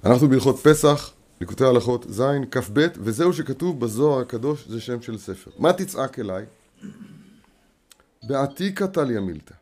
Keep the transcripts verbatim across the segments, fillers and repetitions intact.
אנחנו בהלכות פסח, ליקוטי הלכות ז' כ"ב, וזהו שכתוב בזוהר הקדוש, זה שם של ספר. מה תצעק אליי? בעתיקה תליא מילתא.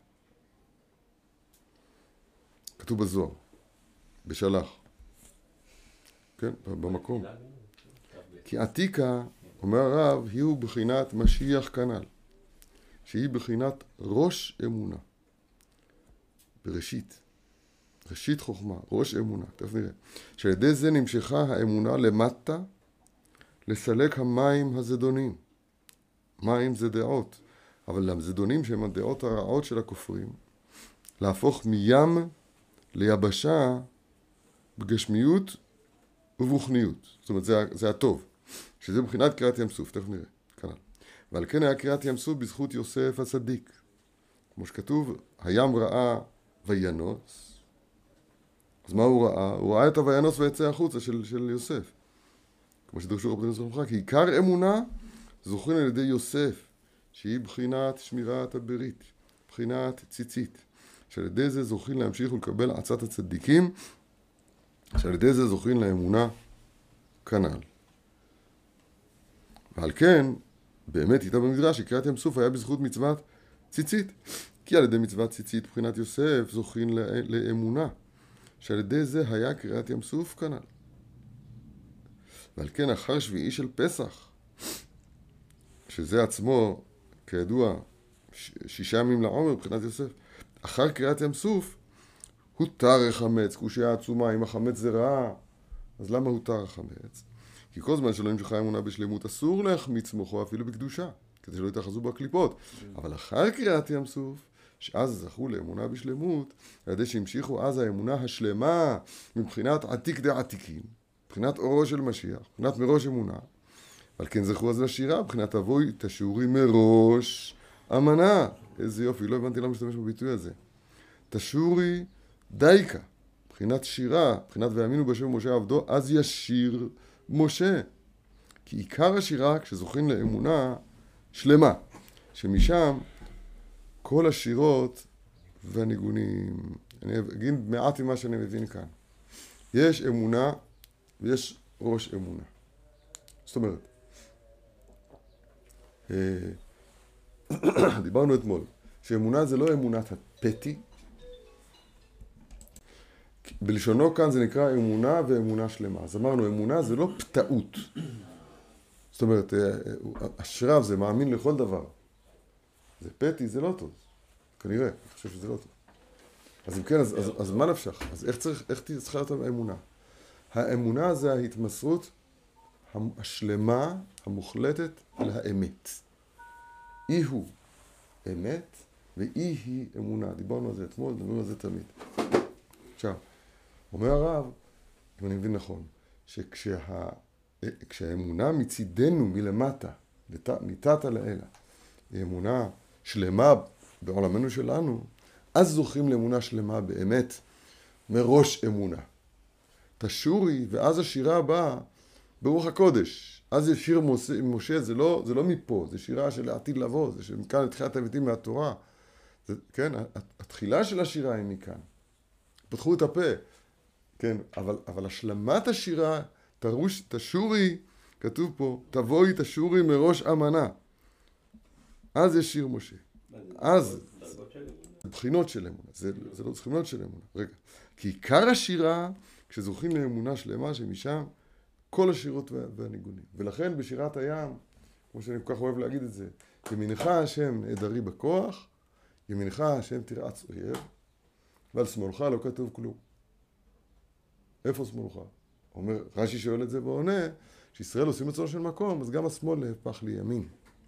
כתוב בזוהר, בשלח. כן, במקום. כי עתיקה, אומר הרב, היא הוא בחינת משיח כנ"ל, שהיא בחינת ראש אמונה. בראשית. ראשית חוכמה, ראש אמונה, תכף נראה. שעל ידי זה נמשכה האמונה למטה לסלק המים הזדונים. מים זה דעות, אבל הזדונים שהם הדעות הרעות של הכופרים, להפוך מים ליבשה בגשמיות וברוחניות. זאת אומרת, זה, זה הטוב. שזה מבחינת קריאת ים סוף, תכף נראה, כנ"ל. ועל כן היה קריאת ים סוף בזכות יוסף הצדיק. כמו שכתוב, הים ראה וינוס. אז מה הוא ראה? הוא ראה את הוינוס ויצא החוצה של, של יוסף. כמו שדרשו רבותינו זכרונם, כי עיקר אמונה זוכרים על ידי יוסף, שהיא בחינת שמירת הברית, בחינת ציצית. שעל ידי זה זוכרים להמשיך ולקבל עצת הצדיקים, שעל ידי זה זוכרים לאמונה כנ"ל. ועל כן, באמת איתה במדרש, שקריאת ים סוף היה בזכות מצוות ציצית. כי על ידי מצוות ציצית, בחינת יוסף, זוכרים לאמונה. שעל ידי זה היה קריאת ים סוף כנ"ל. ועל כן אחר שביעי של פסח, שזה עצמו, כידוע, שישה ימים לעומר מבחינת יוסף, אחר קריאת ים סוף, הותר החמץ, קושיה עצומה, אם החמץ זה רע, אז למה הותר החמץ? כי כל זמן שלא נמשכה אמונה בשלמות, אסור להחמיץ מוחו אפילו בקדושה, כדי שלא יתאחזו בקליפות. אבל אחר קריאת ים סוף, שאז זכו לאמונה בשלמות, על ידי שהמשיכו אז האמונה השלמה מבחינת עתיק דעתיקים, מבחינת אורו של משיח, מבחינת מראש אמונה. אבל כן זכו אז לשירה, מבחינת אבוי תשורי מראש אמנה. איזה יופי, לא הבנתי למה משתמש בביטוי הזה. תשורי דייקה, מבחינת שירה, מבחינת והאמינו בשם משה עבדו, אז ישיר משה. כי עיקר השירה, כשזוכים לאמונה שלמה, שמשם כל השירות והניגונים, אני אגיד מעט ממה שאני מבין כאן. יש אמונה ויש ראש אמונה. זאת אומרת, דיברנו אתמול, שאמונה זה לא אמונת הפתי, בלשונו כאן זה נקרא אמונה ואמונה שלמה. אז אמרנו, אמונה זה לא פתאות. זאת אומרת, השרב זה מאמין לכל דבר. זה פתי, זה לא טוב. כנראה, אני חושב שזה לא טוב. אז אם כן, אז, אז, אז מה נפשך? אז איך צריך, איך צריכה להיות האמונה? האמונה זה ההתמסרות השלמה, המוחלטת על האמת. אי הוא אמת, ואי היא אמונה. דיברנו על זה אתמול, דיברנו על זה תמיד. עכשיו, אומר הרב, אם אני מבין נכון, שכשהאמונה מצידנו מלמטה, מתתה לאלה, היא אמונה שלמה בעולמנו שלנו, אז זוכים לאמונה שלמה באמת, מראש אמונה. תשורי, ואז השירה הבאה, ברוח הקודש. אז זה שיר משה, זה לא, זה לא מפה, זה שירה של העתיד לבוא, זה שמכאן לתחילת הביטים מהתורה. זה, כן, התחילה של השירה היא מכאן. פתחו את הפה, כן, אבל, אבל השלמת השירה, תרוש, תשורי, כתוב פה, תבואי תשורי מראש אמנה. אז יש שיר משה. אז, זה בחינות של אמונה, זה, זה לא בחינות של אמונה. רגע, כי עיקר השירה, כשזוכים לאמונה שלמה, שמשם כל השירות והניגונים. ולכן בשירת הים, כמו שאני כל כך אוהב להגיד את זה, ימינך השם נעדרי בכוח, ימינך השם תרעץ אויב, ועל שמאלך לא כתוב כלום. איפה שמאלך? אומר, רש"י שואל את זה ועונה, שישראל עושים עצמו של מקום, אז גם השמאל נהפך לימין.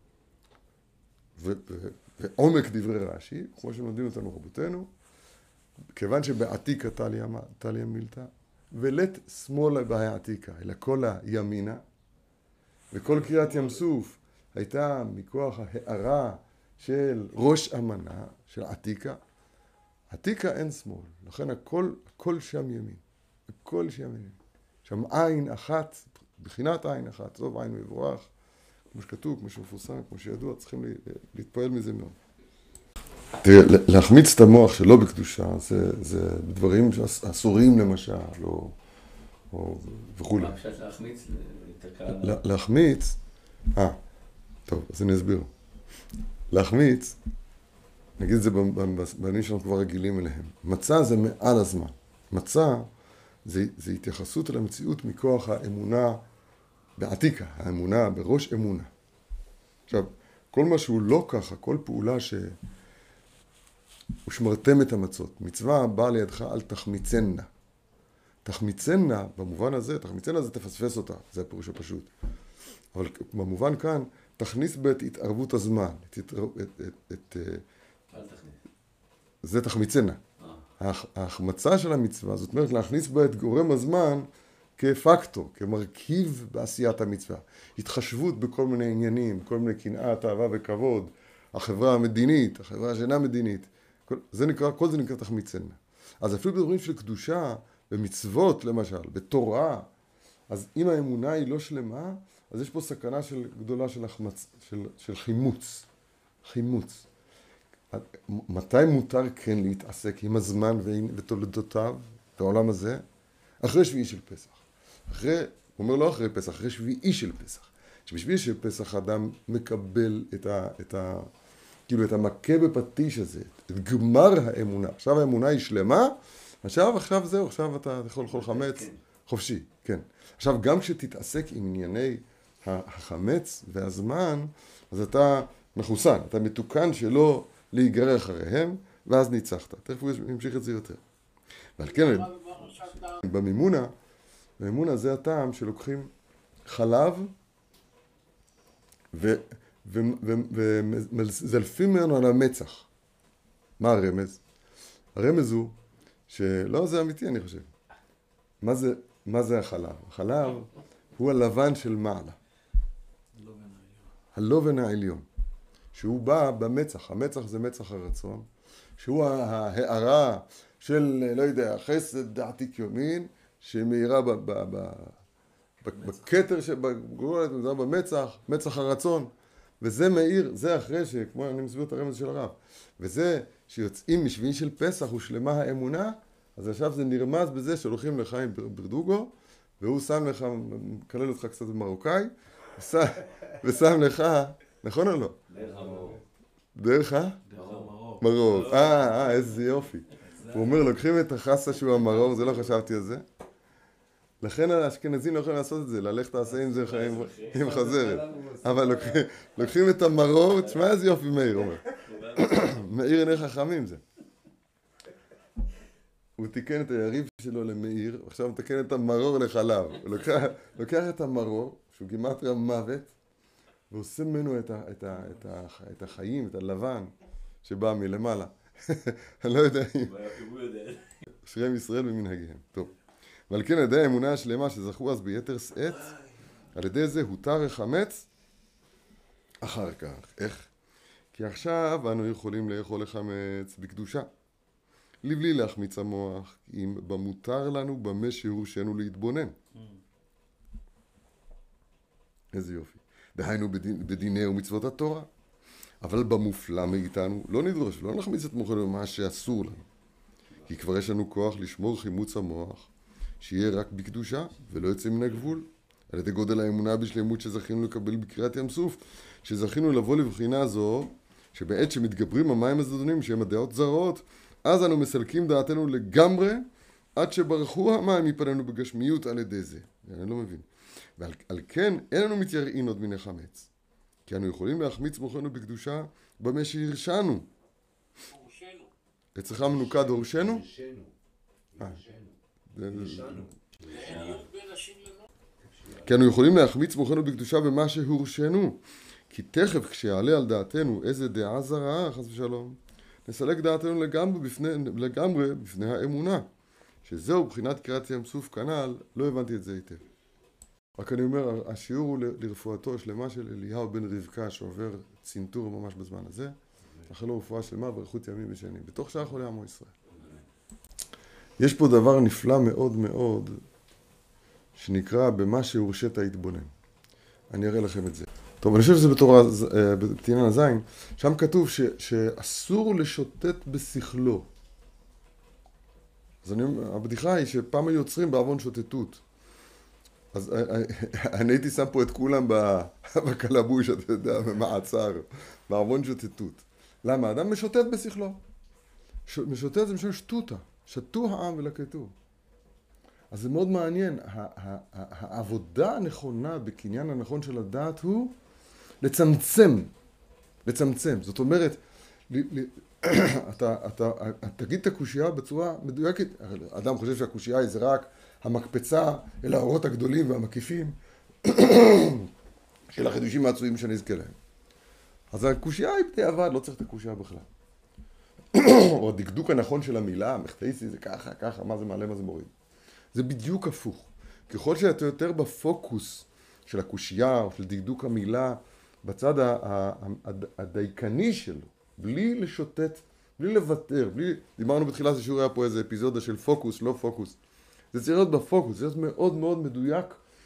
ו- ו- ועומק דברי רש"י, כמו שמלמדים אותנו רבותינו, כיוון שבעתיקה תליא מילתא, ולט שמאלה בהעתיקה, אלא כל הימינה, וכל קריאת ים סוף הייתה מכוח ההארה של ראש אמנה, של עתיקה. עתיקה אין שמאל, לכן הכל, הכל שם ימין, הכל שם ימין. שם עין אחת, בחינת עין אחת, טוב עין מבורך, כמו שכתוב, כמו שמפורסם, כמו שידוע, צריכים להתפעל מזה מאוד. תראה, להחמיץ את המוח שלא בקדושה, זה, זה דברים אסורים למשל, או, או וכולי. מה אפשר להחמיץ? להחמיץ, אה, טוב, אז אני אסביר. להחמיץ, נגיד את זה בעניינים שאנחנו כבר רגילים אליהם. מצה זה מעל הזמן. מצה זה, זה התייחסות אל המציאות מכוח האמונה בעתיקה, האמונה בראש אמונה. עכשיו, כל מה שהוא לא ככה, כל פעולה ש... ושמרתם את המצות. מצווה באה לידך אל תחמיצנה. תחמיצנה, במובן הזה, תחמיצנה זה תפספס אותה, זה הפירוש הפשוט. אבל במובן כאן, תכניס בה את התערבות הזמן. את, את, את, את, אל תכניס. זה תחמיצנה. ההחמצה של המצווה, זאת אומרת להכניס בה את גורם הזמן כפקטור, כמרכיב בעשיית המצווה. התחשבות בכל מיני עניינים, כל מיני קנאה, תאווה וכבוד, החברה המדינית, החברה שאינה מדינית, כל זה נקרא, כל זה נקרא תחמיצנה. אז אפילו בדברים של קדושה, במצוות למשל, בתורה, אז אם האמונה היא לא שלמה, אז יש פה סכנה של, גדולה של, החמצ, של, של חימוץ. חימוץ. מתי מותר כן להתעסק עם הזמן ותולדותיו בעולם הזה? אחרי שביעי של פסח. אחרי, הוא אומר לא אחרי פסח, אחרי שביעי של פסח. שבשביעי של פסח האדם מקבל את ה, את ה, כאילו את המכה בפטיש הזה, את גמר האמונה. עכשיו האמונה היא שלמה, עכשיו, עכשיו זהו, עכשיו אתה יכול לאכול חמץ כן. חופשי, כן. עכשיו גם כשתתעסק עם ענייני החמץ והזמן, אז אתה מחוסן, אתה מתוקן שלא להיגרר אחריהם, ואז ניצחת. תכף הוא ימשיך את זה יותר. ועל כן, במימונה, במימונה זה הטעם שלוקחים חלב ומזלפים ממנו על המצח. מה הרמז? הרמז הוא שלא, זה אמיתי אני חושב. מה זה, מה זה החלב? החלב הוא הלבן של מעלה. הלובן העליון. שהוא בא במצח, המצח זה מצח הרצון, שהוא ההערה של, לא יודע, חסד עתיק יומין, שמאירה בכתר, במצח, מצח הרצון, וזה מאיר, זה אחרי שכמו אני מסביר את הרמז של הרב, וזה שיוצאים משביעי של פסח ושלמה האמונה, אז עכשיו זה נרמז בזה שהולכים לחיים ברדוגו, והוא שם לך, מקלל אותך קצת במרוקאי, ושם לך, נכון או לא? דרך המרור. דרך ה? מרור. אה, אה, איזה יופי. הוא אומר, לוקחים את החסה שהוא המרור, זה לא חשבתי על זה. לכן האשכנזים לא יכולים לעשות את זה, ללכת תעשה עם זה עם חזרת. אבל לוקחים את המרור, תשמע איזה יופי מאיר, אומר. מאיר עיני חכמים זה. הוא תיקן את היריב שלו למאיר, ועכשיו הוא תיקן את המרור לחלב. הוא לוקח את המרור, שהוא גימטריה מוות, ועושה ממנו את, ה, את, ה, את, ה, את החיים, את הלבן שבא מלמעלה. אני לא יודע אם... אשריהם ישראל במנהגיהם. טוב. ועל כן על ידי האמונה השלמה שזכו אז ביתר שאת, על ידי זה הותר החמץ אחר כך. איך? כי עכשיו אנו יכולים לאכול לחמץ בקדושה. לבלי להחמיץ המוח, אם במותר לנו במה שהורשנו להתבונן. איזה יופי. דהיינו בדין, בדיני ומצוות התורה. אבל במופלא מאיתנו לא נדרוש, לא נחמיץ את מוחנו במה שאסור לנו. כי כבר יש לנו כוח לשמור חימוץ המוח, שיהיה רק בקדושה ולא יצא מן הגבול. על ידי גודל האמונה בשלמות שזכינו לקבל בקריאת ים סוף, שזכינו לבוא לבחינה זו, שבעת שמתגברים המים הזדונים שהם הדעות זרות, אז אנו מסלקים דעתנו לגמרי, עד שברחו המים מפנינו בגשמיות על ידי זה. אני לא מבין. ועל על כן אין לנו מתייראים עוד מן החמץ. כי אנו יכולים להחמיץ מוחנו בקדושה במה שהרשנו. הורשנו. אצלך מנוקד הורשנו? הורשנו. כי אנו יכולים להחמיץ מוחנו בקדושה במה שהורשנו. כי תכף כשיעלה על דעתנו איזה דעה זרה, חס ושלום, נסלק דעתנו לגמרי בפני, לגמרי בפני האמונה. שזהו בחינת קריאת ים סוף כנ"ל, לא הבנתי את זה היטב. רק אני אומר, השיעור הוא לרפואתו השלמה של אליהו בן רבקה, שעובר צנתור ממש בזמן הזה. אחרי לו רפואה שלמה ואריכות ימים ושנים, בתוך שאר חולי עמו ישראל. יש פה דבר נפלא מאוד מאוד, שנקרא במה שהורשת התבונן. אני אראה לכם את זה. טוב, אני חושב שזה בתורה, בתענן הזין, שם כתוב ש, שאסור לשוטט בשכלו. אז אני, הבדיחה היא שפעם היו יוצרים בעוון שוטטות. אז אני הייתי שם פה את כולם בקלבוש, אתה יודע, במעצר, בארמון שוטטות. למה? האדם משוטט בשכלו. משוטט זה משהו שטוטה, שתו העם ולקטו. אז זה מאוד מעניין, העבודה הנכונה בקניין הנכון של הדעת הוא לצמצם, לצמצם. זאת אומרת, אתה, אתה, תגיד את הקושייה בצורה מדויקת. אדם חושב שהקושייה היא זה רק המקפצה אל האורות הגדולים והמקיפים של החידושים העצויים שנזכה להם. אז הקושייה היא בדיעבד, לא צריך את הקושייה בכלל. או הדקדוק הנכון של המילה, מחטאיסי זה ככה, ככה, מה זה מעלה, מה זה מוריד. זה בדיוק הפוך. ככל שאתה יותר בפוקוס של הקושייה או של דקדוק המילה, בצד הדייקני שלו, בלי לשוטט, בלי לוותר, בלי... דיברנו בתחילת השיעור, היה פה איזה אפיזודה של פוקוס, לא פוקוס. זה צריך להיות בפוקוס, זה צריך להיות מאוד מאוד מדויק,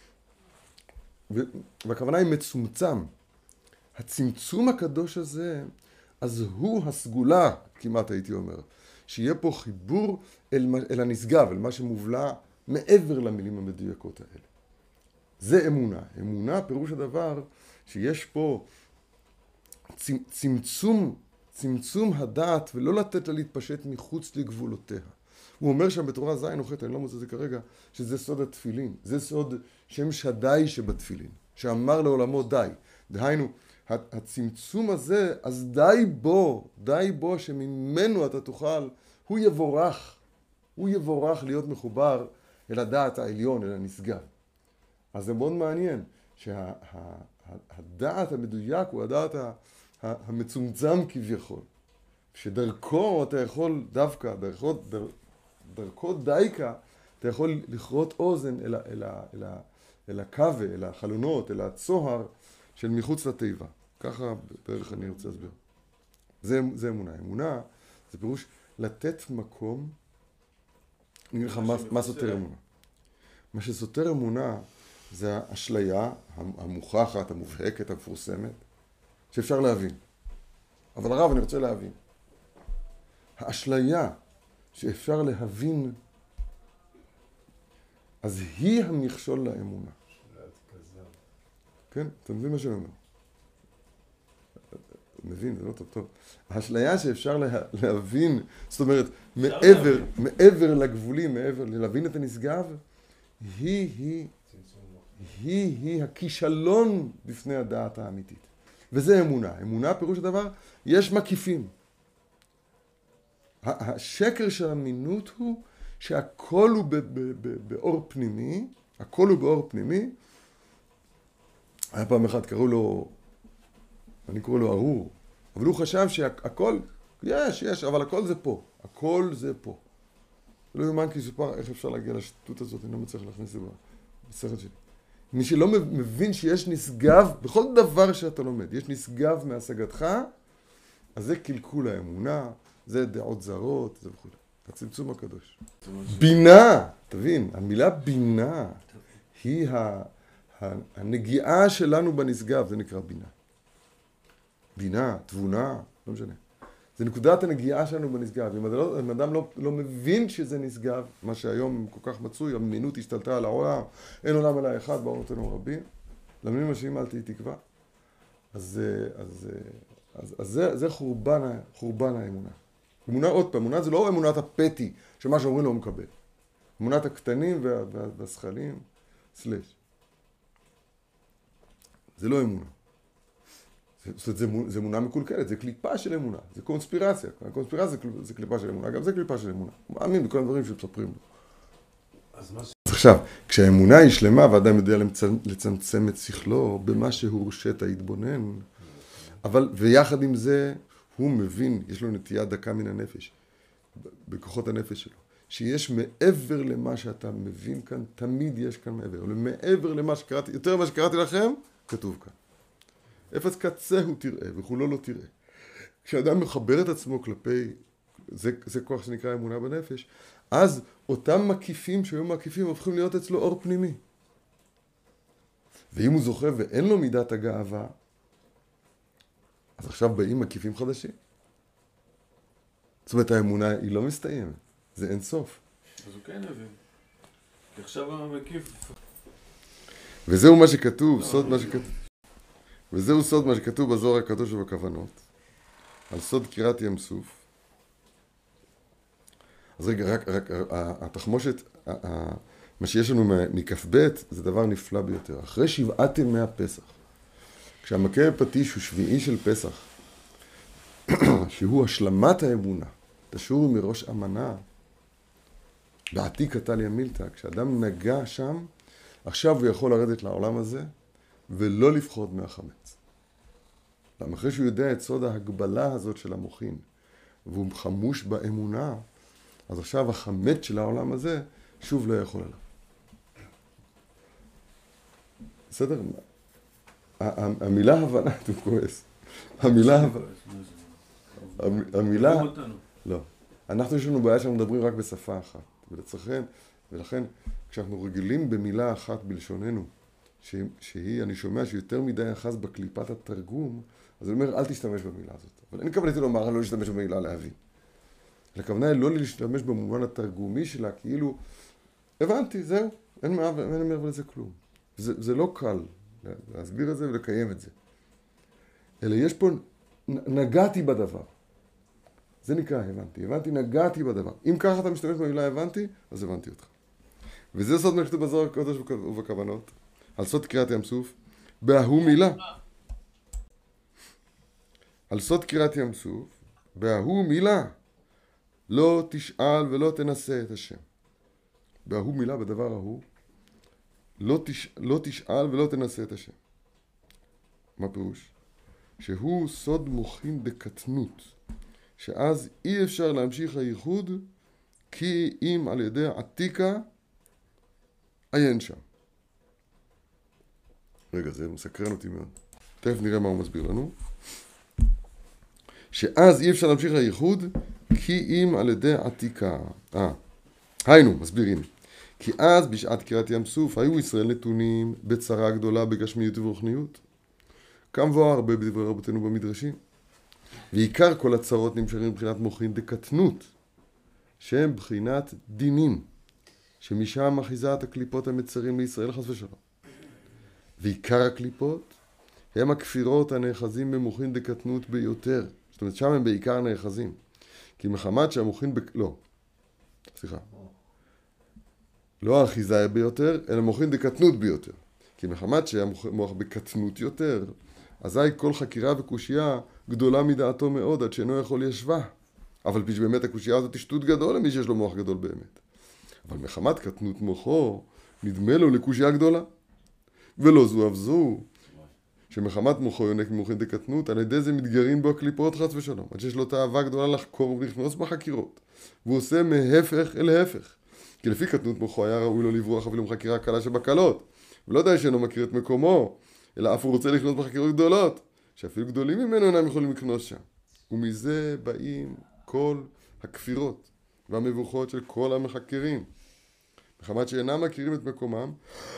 והכוונה היא מצומצם. הצמצום הקדוש הזה, אז הוא הסגולה, כמעט הייתי אומר, שיהיה פה חיבור אל, אל הנשגב, אל מה שמובלע מעבר למילים המדויקות האלה. זה אמונה. אמונה, פירוש הדבר, שיש פה צמצום, צמצום הדעת, ולא לתת לה להתפשט מחוץ לגבולותיה. הוא אומר שם בתורה זין או חטא, אני לא מוצא את זה כרגע, שזה סוד התפילין. זה סוד שם שדי שבתפילין, שאמר לעולמו די. דהיינו, הצמצום הזה, אז די בו, די בו שממנו אתה תוכל, הוא יבורך, הוא יבורך להיות מחובר אל הדעת העליון, אל הנשגב. אז זה מאוד מעניין שהדעת המדויק הוא הדעת המצומצם כביכול, שדרכו אתה יכול דווקא, דרכו, דר, דרכו דייקה, אתה יכול לכרות אוזן אל, אל, אל, אל הקווה, אל החלונות, אל הצוהר של מחוץ לטבע. ככה בערך אני רוצה להסביר. זה, זה אמונה. אמונה זה פירוש לתת מקום, אני אגיד לך מה, מה סותר אמונה. מה שסותר אמונה זה האשליה המוכחת, המובהקת, המפורסמת, שאפשר להבין. אבל הרב, אני רוצה להבין. האשליה שאפשר להבין, אז היא המכשול לאמונה. כן? אתה מבין מה שאני אומר? מבין, זה לא טוב טוב. האשליה שאפשר לה, להבין, זאת אומרת, מעבר, מעבר לגבולים, מעבר להבין את הנשגב, היא, היא, היא, היא הכישלון בפני הדעת האמיתית. וזה אמונה. אמונה, פירוש הדבר, יש מקיפים. השקר של המינות הוא שהכל הוא באור פנימי, הכל הוא באור פנימי. היה פעם אחד, קראו לו, אני קורא לו ארור, אבל הוא חשב שהכל, יש, יש, אבל הכל זה פה. הכל זה פה. לא יאומן כי סופר, איך אפשר להגיע לשטות הזאת, אני לא מצליח להכניס את זה בסרט שלי. מי שלא מבין שיש נשגב, בכל דבר שאתה לומד, יש נשגב מהשגתך, אז זה קלקול האמונה, זה דעות זרות, זה וכו'. הצמצום הקדוש. בינה, תבין, המילה בינה היא הנגיעה שלנו בנשגב, זה נקרא בינה. בינה, תבונה, לא משנה. זה נקודת הנגיעה שלנו בנשגב. אם אדם לא, לא מבין שזה נשגב, מה שהיום כל כך מצוי, המינות השתלטה על העולם, אין עולם אלא אחד, באור נותנו רבים, למינים השיים אל תהי תקווה. אז, אז, אז, אז זה, זה חורבן, חורבן האמונה. אמונה, עוד פעם, אמונה זה לא אמונת הפטי, שמה שאומרים לו הוא מקבל. אמונת הקטנים וה, וה, והשכלים, סלש. זה לא אמונה. זאת אומרת, זה, זה אמונה מקולקלת, זה קליפה של אמונה, זה קונספירציה. הקונספירציה זה, זה קליפה של אמונה, גם זה קליפה של אמונה. הוא מאמין בכל הדברים שמספרים לו. אז מה ש... עכשיו, כשהאמונה היא שלמה, ואדם יודע לצמצם את שכלו במה שהוא רשת ההתבונן, אבל, ויחד עם זה, הוא מבין, יש לו נטייה דקה מן הנפש, בכוחות הנפש שלו, שיש מעבר למה שאתה מבין כאן, תמיד יש כאן מעבר. ומעבר למה שקראתי, יותר ממה שקראתי לכם, כתוב כאן. אפס קצהו תראה, וכולו לא תראה. כשאדם מחבר את עצמו כלפי, זה, זה כוח שנקרא אמונה בנפש, אז אותם מקיפים שהיו מקיפים הופכים להיות אצלו אור פנימי. ואם הוא זוכה ואין לו מידת הגאווה, אז עכשיו באים מקיפים חדשים. זאת אומרת, האמונה היא לא מסתיימת, זה אין סוף. אז הוא כן הבין. כי עכשיו המקיף... וזהו מה שכתוב, סוד מה שכתוב. וזהו סוד מה שכתוב בזוהר הקדוש ובכוונות, על סוד קריאת ים סוף. אז רגע, רק, רק, התחמושת, מה שיש לנו מכ"ב, זה דבר נפלא ביותר. אחרי שבעת ימי הפסח, כשהמכה בפטיש הוא שביעי של פסח, שהוא השלמת האמונה, תשובו מראש אמנה, בעתיק קטל ימילתא, כשאדם נגע שם, עכשיו הוא יכול לרדת לעולם הזה, ולא לפחוד מהחמץ. למה אחרי שהוא יודע את סוד ההגבלה הזאת של המוחין, והוא חמוש באמונה, אז עכשיו החמץ של העולם הזה שוב לא יכול עליו. בסדר? המילה הבנה, אתה כועס. המילה הבנה... המילה... לא. אנחנו יש לנו בעיה שאנחנו מדברים רק בשפה אחת. ולצרכן, ולכן כשאנחנו רגילים במילה אחת בלשוננו, שהיא, אני שומע שיותר מדי אחז בקליפת התרגום, אז אני אומר, אל תשתמש במילה הזאת. אבל אין כוונתי לומר, לא להשתמש במילה להבין. הכוונה היא לא להשתמש במובן התרגומי שלה, כאילו, הבנתי, זהו, אין מעבר לזה כלום. זה, זה לא קל להסביר את זה ולקיים את זה. אלא יש פה, נגעתי בדבר. זה נקרא, הבנתי. הבנתי, נגעתי בדבר. אם ככה אתה משתמש במילה הבנתי, אז הבנתי אותך. וזה סוד מה שכתוב בזוהר הקדוש ובכוונות, על סוד קריאת ים סוף, בהוא מילה. על סוד קריאת ים סוף, בהוא מילה. לא תשאל ולא תנסה את השם. בהוא מילה, בדבר ההוא, לא, תש... לא תשאל ולא תנסה את השם. מה פירוש? שהוא סוד מוחין דקטנות, שאז אי אפשר להמשיך הייחוד, כי אם על ידי עתיקה עיין שם. רגע, זה מסקרן אותי מאוד. תכף נראה מה הוא מסביר לנו. שאז אי אפשר להמשיך הייחוד, כי אם על ידי עתיקה. אה, היינו, מסבירים. כי אז בשעת קריאת ים סוף היו ישראל נתונים בצרה גדולה בגשמיות וברוחניות. כמבואר הרבה בדברי רבותינו במדרשים. ועיקר כל הצרות נמשכים מבחינת מוחין דקטנות, שהם בחינת דינים, שמשם אחיזה את הקליפות המצרים לישראל חס ושלום. ועיקר הקליפות הם הכפירות הנאחזים במוחין דקטנות ביותר. זאת אומרת, שם הם בעיקר נאחזים. כי מחמת שהמוחין... ב... לא, סליחה. לא האחיזה ביותר, אלא מוחין דקטנות ביותר. כי מחמת שהמוח בקטנות יותר, אזי כל חקירה וקושייה גדולה מדעתו מאוד, עד שאינו יכול ישבה. אבל פי שבאמת הקושייה הזאת היא שטות גדול למי שיש לו מוח גדול באמת. אבל מחמת קטנות מוחו, נדמה לו לקושייה גדולה. ולא זו אף זו, שמחמת מוחו יונק ממוחין דקטנות, על ידי זה מתגרים בו הקליפות חס ושלום. עד שיש לו תאווה גדולה לחקור ולכנוס בחקירות. והוא עושה מהפך אל הפך. כי לפי קטנות מוחו היה ראוי לו לברוח אפילו מחקירה קלה שבקלות. ולא די שאינו מכיר את מקומו, אלא אף הוא רוצה לכנוס בחקירות גדולות, שאפילו גדולים ממנו אינם יכולים לכנוס שם. ומזה באים כל הכפירות והמבוכות של כל המחקרים. מחמת שאינם מכירים את מקומם,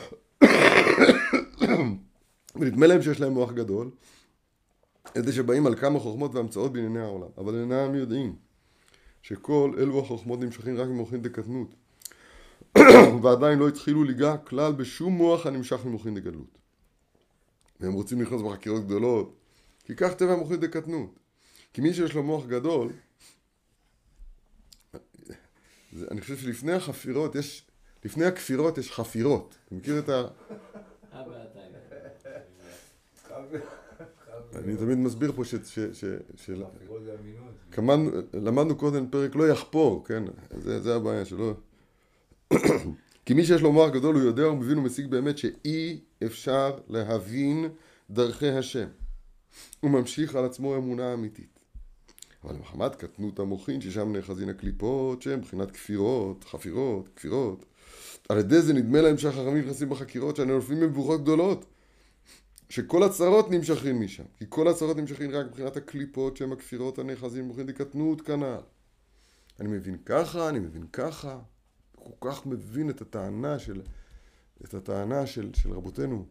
ונדמה להם שיש להם מוח גדול, איזה שבאים על כמה חוכמות והמצאות בענייני העולם. אבל אינם יודעים שכל אלו החוכמות נמשכים רק ממוחין דקטנות, ועדיין לא התחילו ליגע כלל בשום מוח הנמשך ממוחין דגדלות. והם רוצים לכנוס בחקירות גדולות, כי כך טבע מוחין דקטנות. כי מי שיש לו מוח גדול, זה, אני חושב שלפני החפירות יש, לפני הכפירות יש חפירות. אתה מכיר את ה... אני תמיד מסביר פה ש... ש... ש... ש... כמנו, למדנו קודם פרק לא יחפור, כן? זה, זה הבעיה שלו. כי מי שיש לו מוח גדול הוא יודע ומבין ומשיג באמת שאי אפשר להבין דרכי השם. הוא ממשיך על עצמו אמונה אמיתית. אבל מחמת קטנות המוחין ששם נאחזין הקליפות שהם מבחינת כפירות, חפירות, כפירות. על ידי זה נדמה להם שהחכמים נכנסים בחקירות שאני נופלים מבוכות גדולות. שכל הצרות נמשכים משם. כי כל הצרות נמשכים רק מבחינת הקליפות שהם הכפירות הנאחזים במוחין דקטנות כנ"ל. אני מבין ככה, אני מבין ככה. כל כך מבין את הטענה של, את הטענה של, של רבותינו.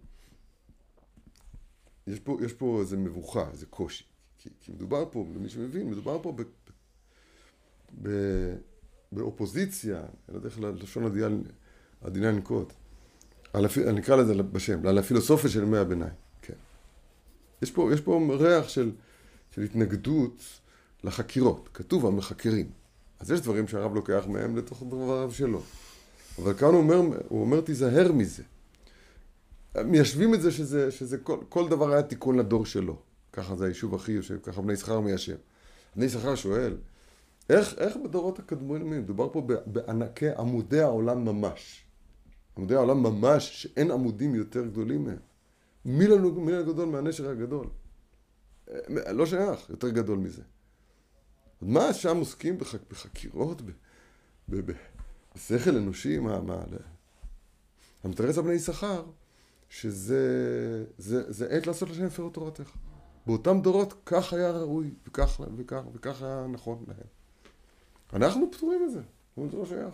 יש פה, יש פה איזה מבוכה, איזה קושי. כי, כי מדובר פה, למי שמבין, מדובר פה ב, ב, באופוזיציה, אני לא יודע איך לשון הדייה, הדינה לנקוט, על הפ... אני אקרא לזה בשם, על הפילוסופיה של ימי הביניים, כן. יש פה, יש פה ריח של, של התנגדות לחקירות, כתוב המחקרים. אז יש דברים שהרב לוקח מהם לתוך דבריו שלו. אבל כאן הוא אומר, הוא אומר תיזהר מזה. מיישבים את זה שזה, שזה כל, כל דבר היה תיקון לדור שלו. ככה זה היישוב הכי יושב, ככה בני יששכר מיישב. בני יששכר שואל, איך, איך בדורות הקדמונים, מדובר פה בענקי עמודי העולם ממש. עמודי העולם ממש, שאין עמודים יותר גדולים מהם. מי לנו, מי לנו גדול מהנשר הגדול? לא שייך, יותר גדול מזה. מה שם עוסקים בחק, בחקירות, ב, ב, ב, בשכל אנושי, מה, מה, המתרץ הבני יששכר, שזה זה, זה עת לעשות לשם הפרו תורתך. באותם דורות כך היה ראוי, וכך, וכך, וכך היה נכון להם. אנחנו פטורים מזה, זה לא שייך.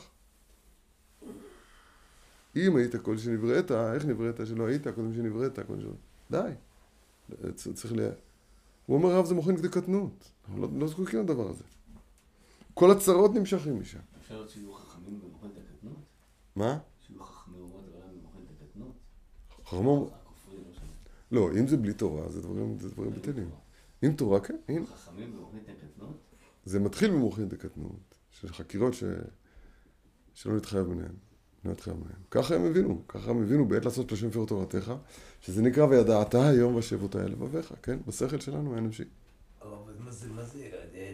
אם היית כל שנבראת, איך נבראת שלא היית, קודם שנבראת, קודם שלא... די. צריך ל... הוא אומר, רב, זה מוכן כדי קטנות. אנחנו לא, לא זקוקים לדבר הזה. כל הצרות נמשכים משם. אפשר להיות שיהיו חכמים במוכן את הקטנות? מה? שיהיו חכמי אומות העולם במוכן את הקטנות? חכמו... הכופרי לא שם. לא, אם זה בלי תורה, זה דברים, זה דברים בטלים. עם תורה, כן. אם... חכמים במוכן את הקטנות? זה מתחיל במוכן את הקטנות, של חקירות ש... שלא נתחייב ביניהם. לא נתחייב ביניהם. ככה הם הבינו, ככה הם הבינו בעת לעשות לשם הפרו תורתך, שזה נקרא וידעת היום והשבות האלה לבביך, כן? בשכל שלנו האנושי. אבל מה זה, מה זה?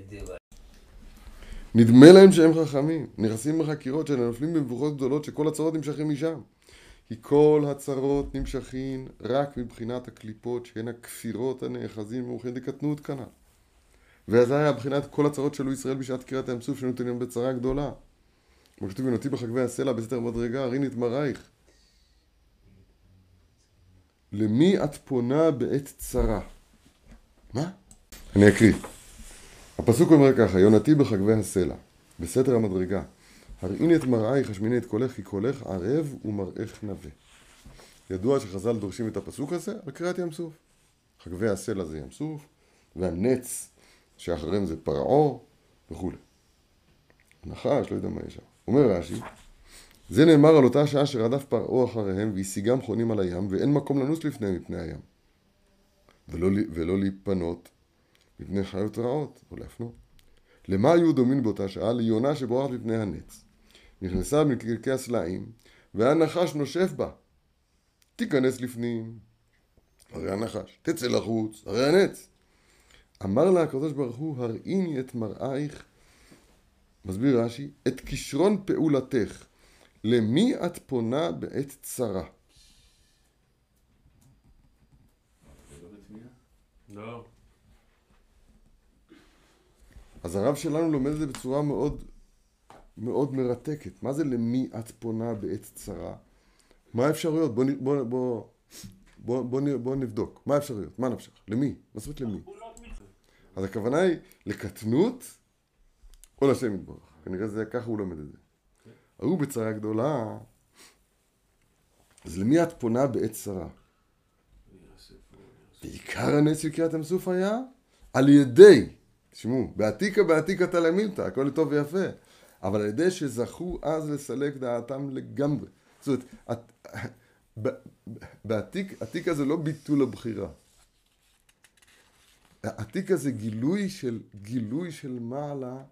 נדמה להם שהם חכמים, נכנסים בחקירות שהם נופלים במבוכות גדולות שכל הצרות נמשכים משם. כי כל הצרות נמשכים רק מבחינת הקליפות שהן הכפירות הנאחזים במוכן דקטנות כנ"ל. ואז היה בחינת כל הצרות שלו ישראל בשעת קריאת ים סוף שנותנים בצרה גדולה. כמו כתוב ונותי בחגבי הסלע בסתר מדרגה, הריני את מראייך. למי את פונה בעת צרה? מה? אני אקריא. הפסוק אומר ככה, יונתי בחגבי הסלע, בסתר המדרגה, הראיני את מראייך, השמיני את קולך, כי קולך ערב ומראייך נווה. ידוע שחז"ל דורשים את הפסוק הזה על קריאת ים סוף. חגבי הסלע זה ים סוף, והנץ שאחריהם זה פרעה וכו'. נחש, לא יודע מה יש שם. אומר רש"י, זה נאמר על אותה שעה שרדף פרעה אחריהם והשיגם חונים על הים ואין מקום לנוס לפניהם מפני הים. ולא, ולא להיפנות מפני חיות רעות, או להפנות. למה היו דומים באותה שעה? ליונה שבורחת מפני הנץ. נכנסה מקרקעי הסלעים והנחש נושף בה. תיכנס לפנים, הרי הנחש. תצא לחוץ, הרי הנץ. אמר לה הקדוש ברוך הוא, הראיני את מראייך, מסביר רש"י, את כישרון פעולתך, למי את פונה בעת צרה? זה לא בתמיעה? לא. אז הרב שלנו לומד את זה בצורה מאוד מאוד מרתקת. מה זה למי את פונה בעת צרה? מה האפשרויות? בוא, בוא, בוא, בוא, בוא, בוא נבדוק. מה האפשרויות? מה נפשך? למי? מה זאת אומרת למי? אז הכוונה היא לקטנות או לשם יתברך. כנראה זה ככה הוא לומד את זה. הוא בצרה גדולה, אז למי את פונה בעת צרה? בעיקר הנס של קריאת ים סוף היה על ידי, תשמעו, בעתיקה בעתיקה תלמילתא, הכל טוב ויפה, אבל על ידי שזכו אז לסלק דעתם לגמרי. זאת אומרת, בעתיק, עתיקה זה לא ביטול הבחירה. העתיקה זה גילוי של, גילוי של מעלה,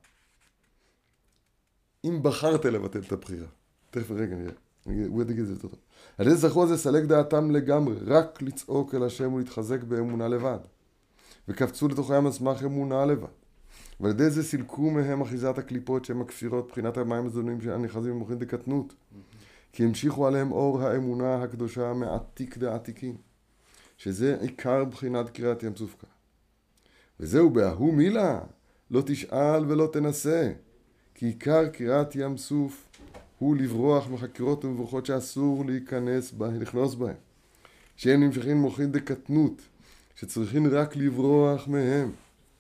אם בחרת לבטל את הבחירה. תכף רגע נראה, הוא יגיד את זה יותר טוב. על ידי זכו אז לסלק דעתם לגמרי, רק לצעוק אל השם ולהתחזק באמונה לבד. וקפצו לתוכם על סמך אמונה לבד. ועל ידי זה סילקו מהם אחיזת הקליפות שהם הכפירות, בחינת המים הזונים שהנחזים במוחין דקטנות. כי המשיכו עליהם אור האמונה הקדושה מעתיק דעתיקים. שזה עיקר בחינת קריאת ים סוף כאן. וזהו בהוא מילה, לא תשאל ולא תנסה. כי עיקר קריאת ים סוף הוא לברוח מחקירות ומבוכות שאסור להיכנס בהן, לכנוס בהן. שהם נמשכים מוחין דקטנות, שצריכים רק לברוח מהם.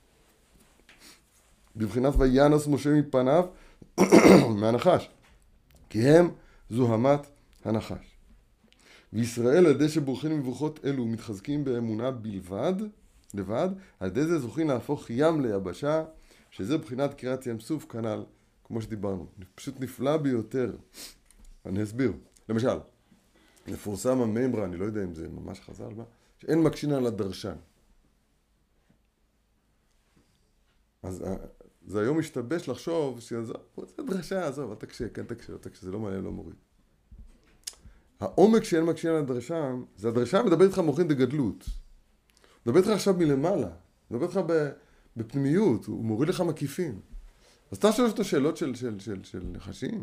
בבחינת וינוס משה מפניו מהנחש, כי הם זוהמת הנחש. וישראל על ידי שבורחים מבוכות אלו מתחזקים באמונה בלבד, לבד, על ידי זה זוכים להפוך ים ליבשה, שזה בחינת קריאת ים סוף כנ"ל, כמו שדיברנו. פשוט נפלא ביותר. אני אסביר. למשל, מפורסם הממרה, אני לא יודע אם זה ממש חז"ל, מה? שאין מקשין על הדרשן. אז זה היום משתבש לחשוב שזה דרשה, עזוב, אל תקשה, כן תקשה, לא תקשה, זה לא מעניין, לא מוריד. העומק שאין מקשין על הדרשן, זה הדרשן מדבר איתך מוחין דגדלות. הוא מדבר איתך עכשיו מלמעלה, הוא מדבר איתך בפנימיות, הוא מוריד לך מקיפים. אז אתה שואל את השאלות של, של, של, של נחשים.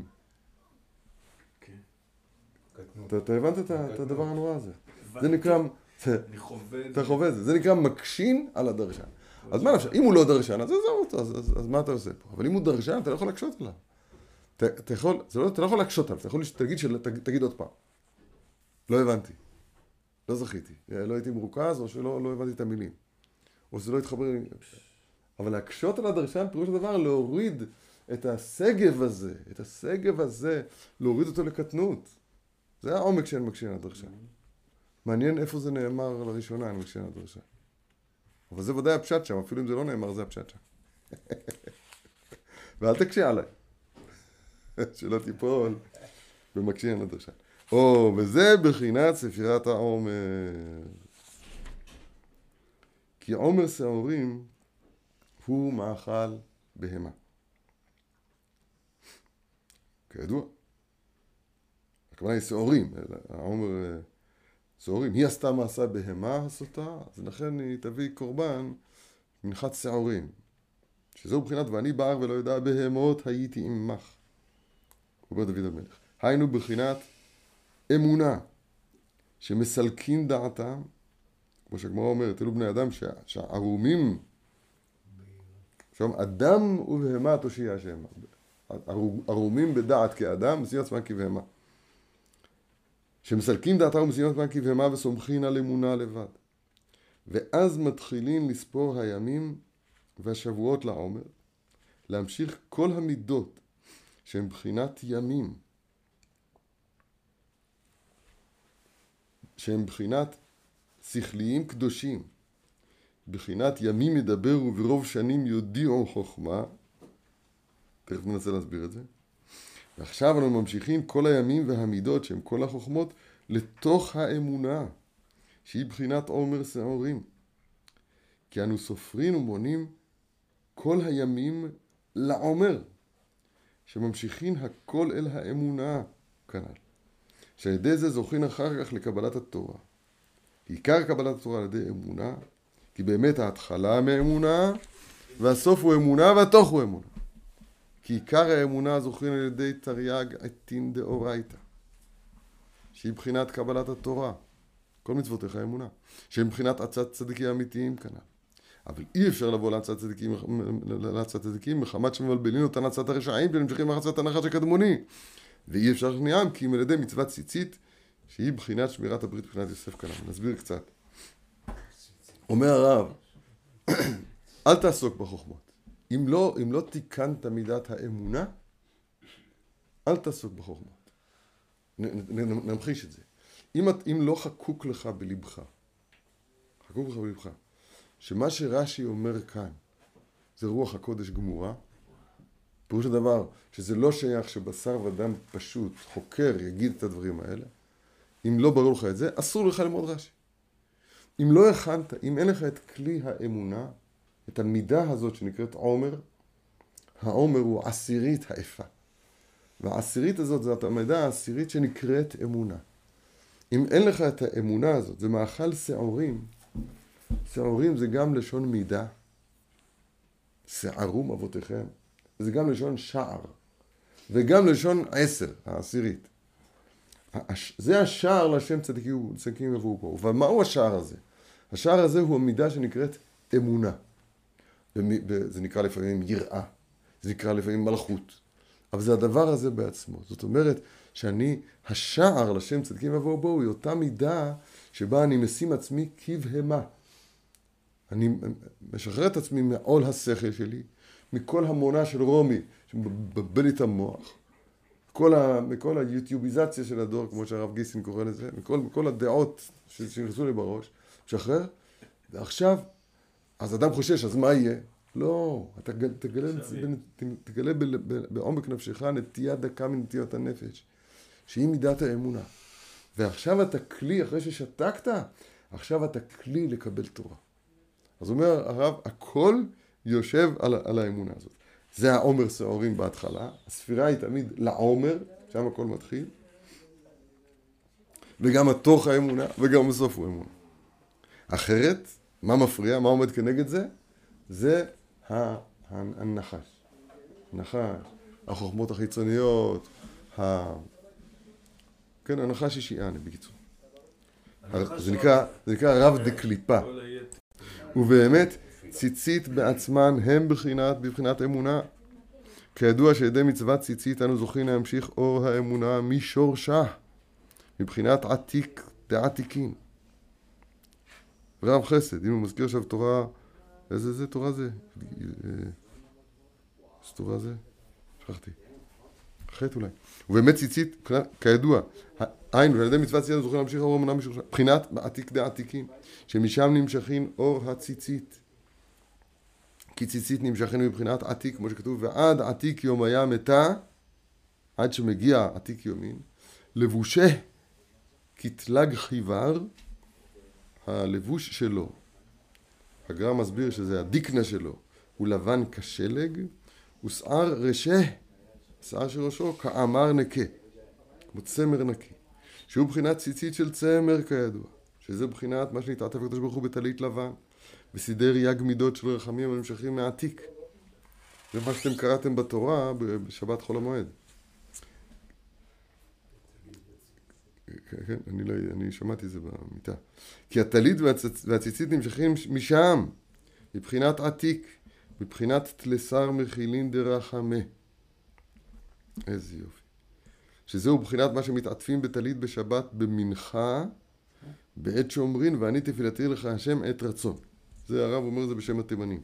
אתה, אתה הבנת את, את הדבר הנורא הזה. זה נקרא, אני חווה את זה. אתה חווה את זה, זה נקרא מקשין על הדרשן. אז מה נפשך? אם הוא לא דרשן, אז עזוב אותו, אז, אז, אז מה אתה עושה פה? אבל אם הוא דרשן, אתה לא יכול להקשות עליו. אתה, אתה, יכול, לא, אתה לא יכול להקשות עליו, אתה יכול להגיד, של, תגיד עוד פעם. לא הבנתי. לא זכיתי. לא הייתי מרוכז, או שלא לא הבנתי את המילים. או שזה לא התחבר לי. אבל להקשות על הדרשן, פירוש הדבר, להוריד את השגב הזה, את השגב הזה, להוריד אותו לקטנות. זה העומק שאין מקשין על הדרשן. מעניין איפה זה נאמר לראשונה, אין מקשין על הדרשן. אבל זה ודאי הפשט שם, אפילו אם זה לא נאמר, זה הפשט שם. ואל תקשה עליי. שלא תיפול במקשין על הדרשן. או, וזה בחינת ספירת העומר. כי עומר שעורים הוא מאכל בהמה. כידוע. הכוונה היא שעורים. העומר שעורים. היא עשתה מעשה בהמה הסוטה, אז לכן היא תביא קורבן מנחת שעורים. שזהו בחינת ואני בער ולא יודע בהמות הייתי עמך. אומר דוד המלך. היינו בחינת אמונה שמסלקים דעתם, כמו שהגמרא אומרת, אלו בני אדם שה, שהערומים, שם אדם ובהמה תושיע השם. ערומים בדעת כאדם, משיאים עצמם כבהמה. שמסלקים דעתם ומשיאים עצמם כבהמה וסומכין על אמונה לבד. ואז מתחילים לספור הימים והשבועות לעומר, להמשיך כל המידות שהן בחינת ימים, שהם בחינת שכליים קדושים, בחינת ימים ידברו וברוב שנים יודיעו חוכמה, תכף ננסה להסביר את זה, ועכשיו אנחנו ממשיכים כל הימים והמידות שהם כל החוכמות לתוך האמונה, שהיא בחינת עומר שעורים, כי אנו סופרים ומונים כל הימים לעומר, שממשיכים הכל אל האמונה כנ"ל. שעל ידי זה זוכים אחר כך לקבלת התורה. עיקר קבלת התורה על ידי אמונה, כי באמת ההתחלה מאמונה, והסוף הוא אמונה, והתוך הוא אמונה. כי עיקר האמונה זוכים על ידי תרי"ג עתין דאורייתא, שהיא בחינת קבלת התורה. כל מצוותיך האמונה. שהיא בחינת עצת צדיקים אמיתיים כנ"ל. אבל אי אפשר לבוא לעצת צדיקים, לעצת צדיקים, מחמת שמבלבלים אותן עצת הרשעים, ונמשכים מעצת הנחש הקדמוני. ואי אפשר שניהם, כי אם על ידי מצוות ציצית, שהיא בחינת שמירת הברית, בחינת יוסף כנען. נסביר קצת. אומר הרב, אל תעסוק בחוכמות. אם לא, אם לא תיקנת מידת האמונה, אל תעסוק בחוכמות. נמחיש את זה. אם, אם לא חקוק לך בלבך, חקוק לך בלבך, שמה שרש"י אומר כאן, זה רוח הקודש גמורה, פירוש הדבר, שזה לא שייך שבשר ודם פשוט, חוקר, יגיד את הדברים האלה. אם לא ברור לך את זה, אסור לך ללמוד רש"י. אם לא הכנת, אם אין לך את כלי האמונה, את המידה הזאת שנקראת עומר, העומר הוא עשירית האפה. והעשירית הזאת זאת המידה העשירית שנקראת אמונה. אם אין לך את האמונה הזאת, זה מאכל שעורים. שעורים זה גם לשון מידה. שערום אבותיכם. זה גם לשון שער. וגם לשון עשר, העשירית. זה השער לשם צדיקים, צדיקים יבואו פה. אבל מהו השער הזה? השער הזה הוא המידה שנקראת אמונה. זה נקרא לפעמים יראה. זה נקרא לפעמים מלכות. אבל זה הדבר הזה בעצמו. זאת אומרת שאני, השער לשם צדיקים יבואו בו, היא אותה מידה שבה אני משים עצמי כבהמה. אני משחרר את עצמי מעול השכל שלי, מכל המונה של רומי, שמבלבל את המוח, מכל, ה, מכל היוטיוביזציה של הדור, כמו שהרב גיסין קורא לזה, מכל, מכל הדעות שנכנסו לי בראש, משחרר, ועכשיו, אז אדם חושש, אז מה יהיה? לא, אתה תגלה, תגלה בעומק נפשך נטייה דקה מנטיות הנפש, שהיא מידת האמונה. ועכשיו אתה כלי, אחרי ששתקת, עכשיו אתה כלי לקבל תורה. אז אומר הרב, הכל יושב על, על האמונה הזאת. זה העומר שעורים בהתחלה, הספירה היא תמיד לעומר, שם הכל מתחיל, וגם התוך האמונה, וגם בסוף הוא אמונה. אחרת, מה מפריע, מה עומד כנגד זה? זה הנחש. הנחש, החוכמות החיצוניות, ה... כן, הנחש אישיאני, בקיצור. זה נקרא, זה נקרא רב דקליפה. ובאמת, ציצית בעצמן הם בבחינת, בבחינת אמונה. כידוע שידי מצוות ציצית אנו זוכים להמשיך אור האמונה משורשה, מבחינת עתיק דעתיקין. רב חסד, אם הוא מזכיר עכשיו תורה, איזה זה תורה זה? איזה תורה זה? שכחתי. חטא אולי. ובאמת ציצית, כידוע, היינו, על ידי מצוות ציצית אנו זוכים להמשיך אור האמונה משורשה, מבחינת עתיק דעתיקין, שמשם נמשכים אור הציצית. כי ציצית נמשכים מבחינת עתיק, כמו שכתוב, ועד עתיק יום היה מתה, עד שמגיע עתיק יומין, לבושה כתלג חיוור, הלבוש שלו, הגר"א מסביר שזה הדיקנה שלו, הוא לבן כשלג, ושער רשה, שער של ראשו, כאמר נקה, כמו צמר נקי, שהוא בחינת ציצית של צמר כידוע, שזה בחינת מה שנתעטף הקדוש ברוך הוא בטלית לבן, וסידר יג מידות של רחמים הנמשכים מעתיק. זה מה שאתם קראתם בתורה בשבת חול המועד. כן, אני, לא, אני שמעתי זה במיטה. כי הטלית והציצית נמשכים משם, מבחינת עתיק, מבחינת תלסר מחילין דרחמה. איזה יופי. שזהו בחינת מה שמתעטפים בטלית בשבת במנחה, בעת שאומרין, ואני תפילתי לך השם עת רצון. זה הרב אומר זה בשם התימנים.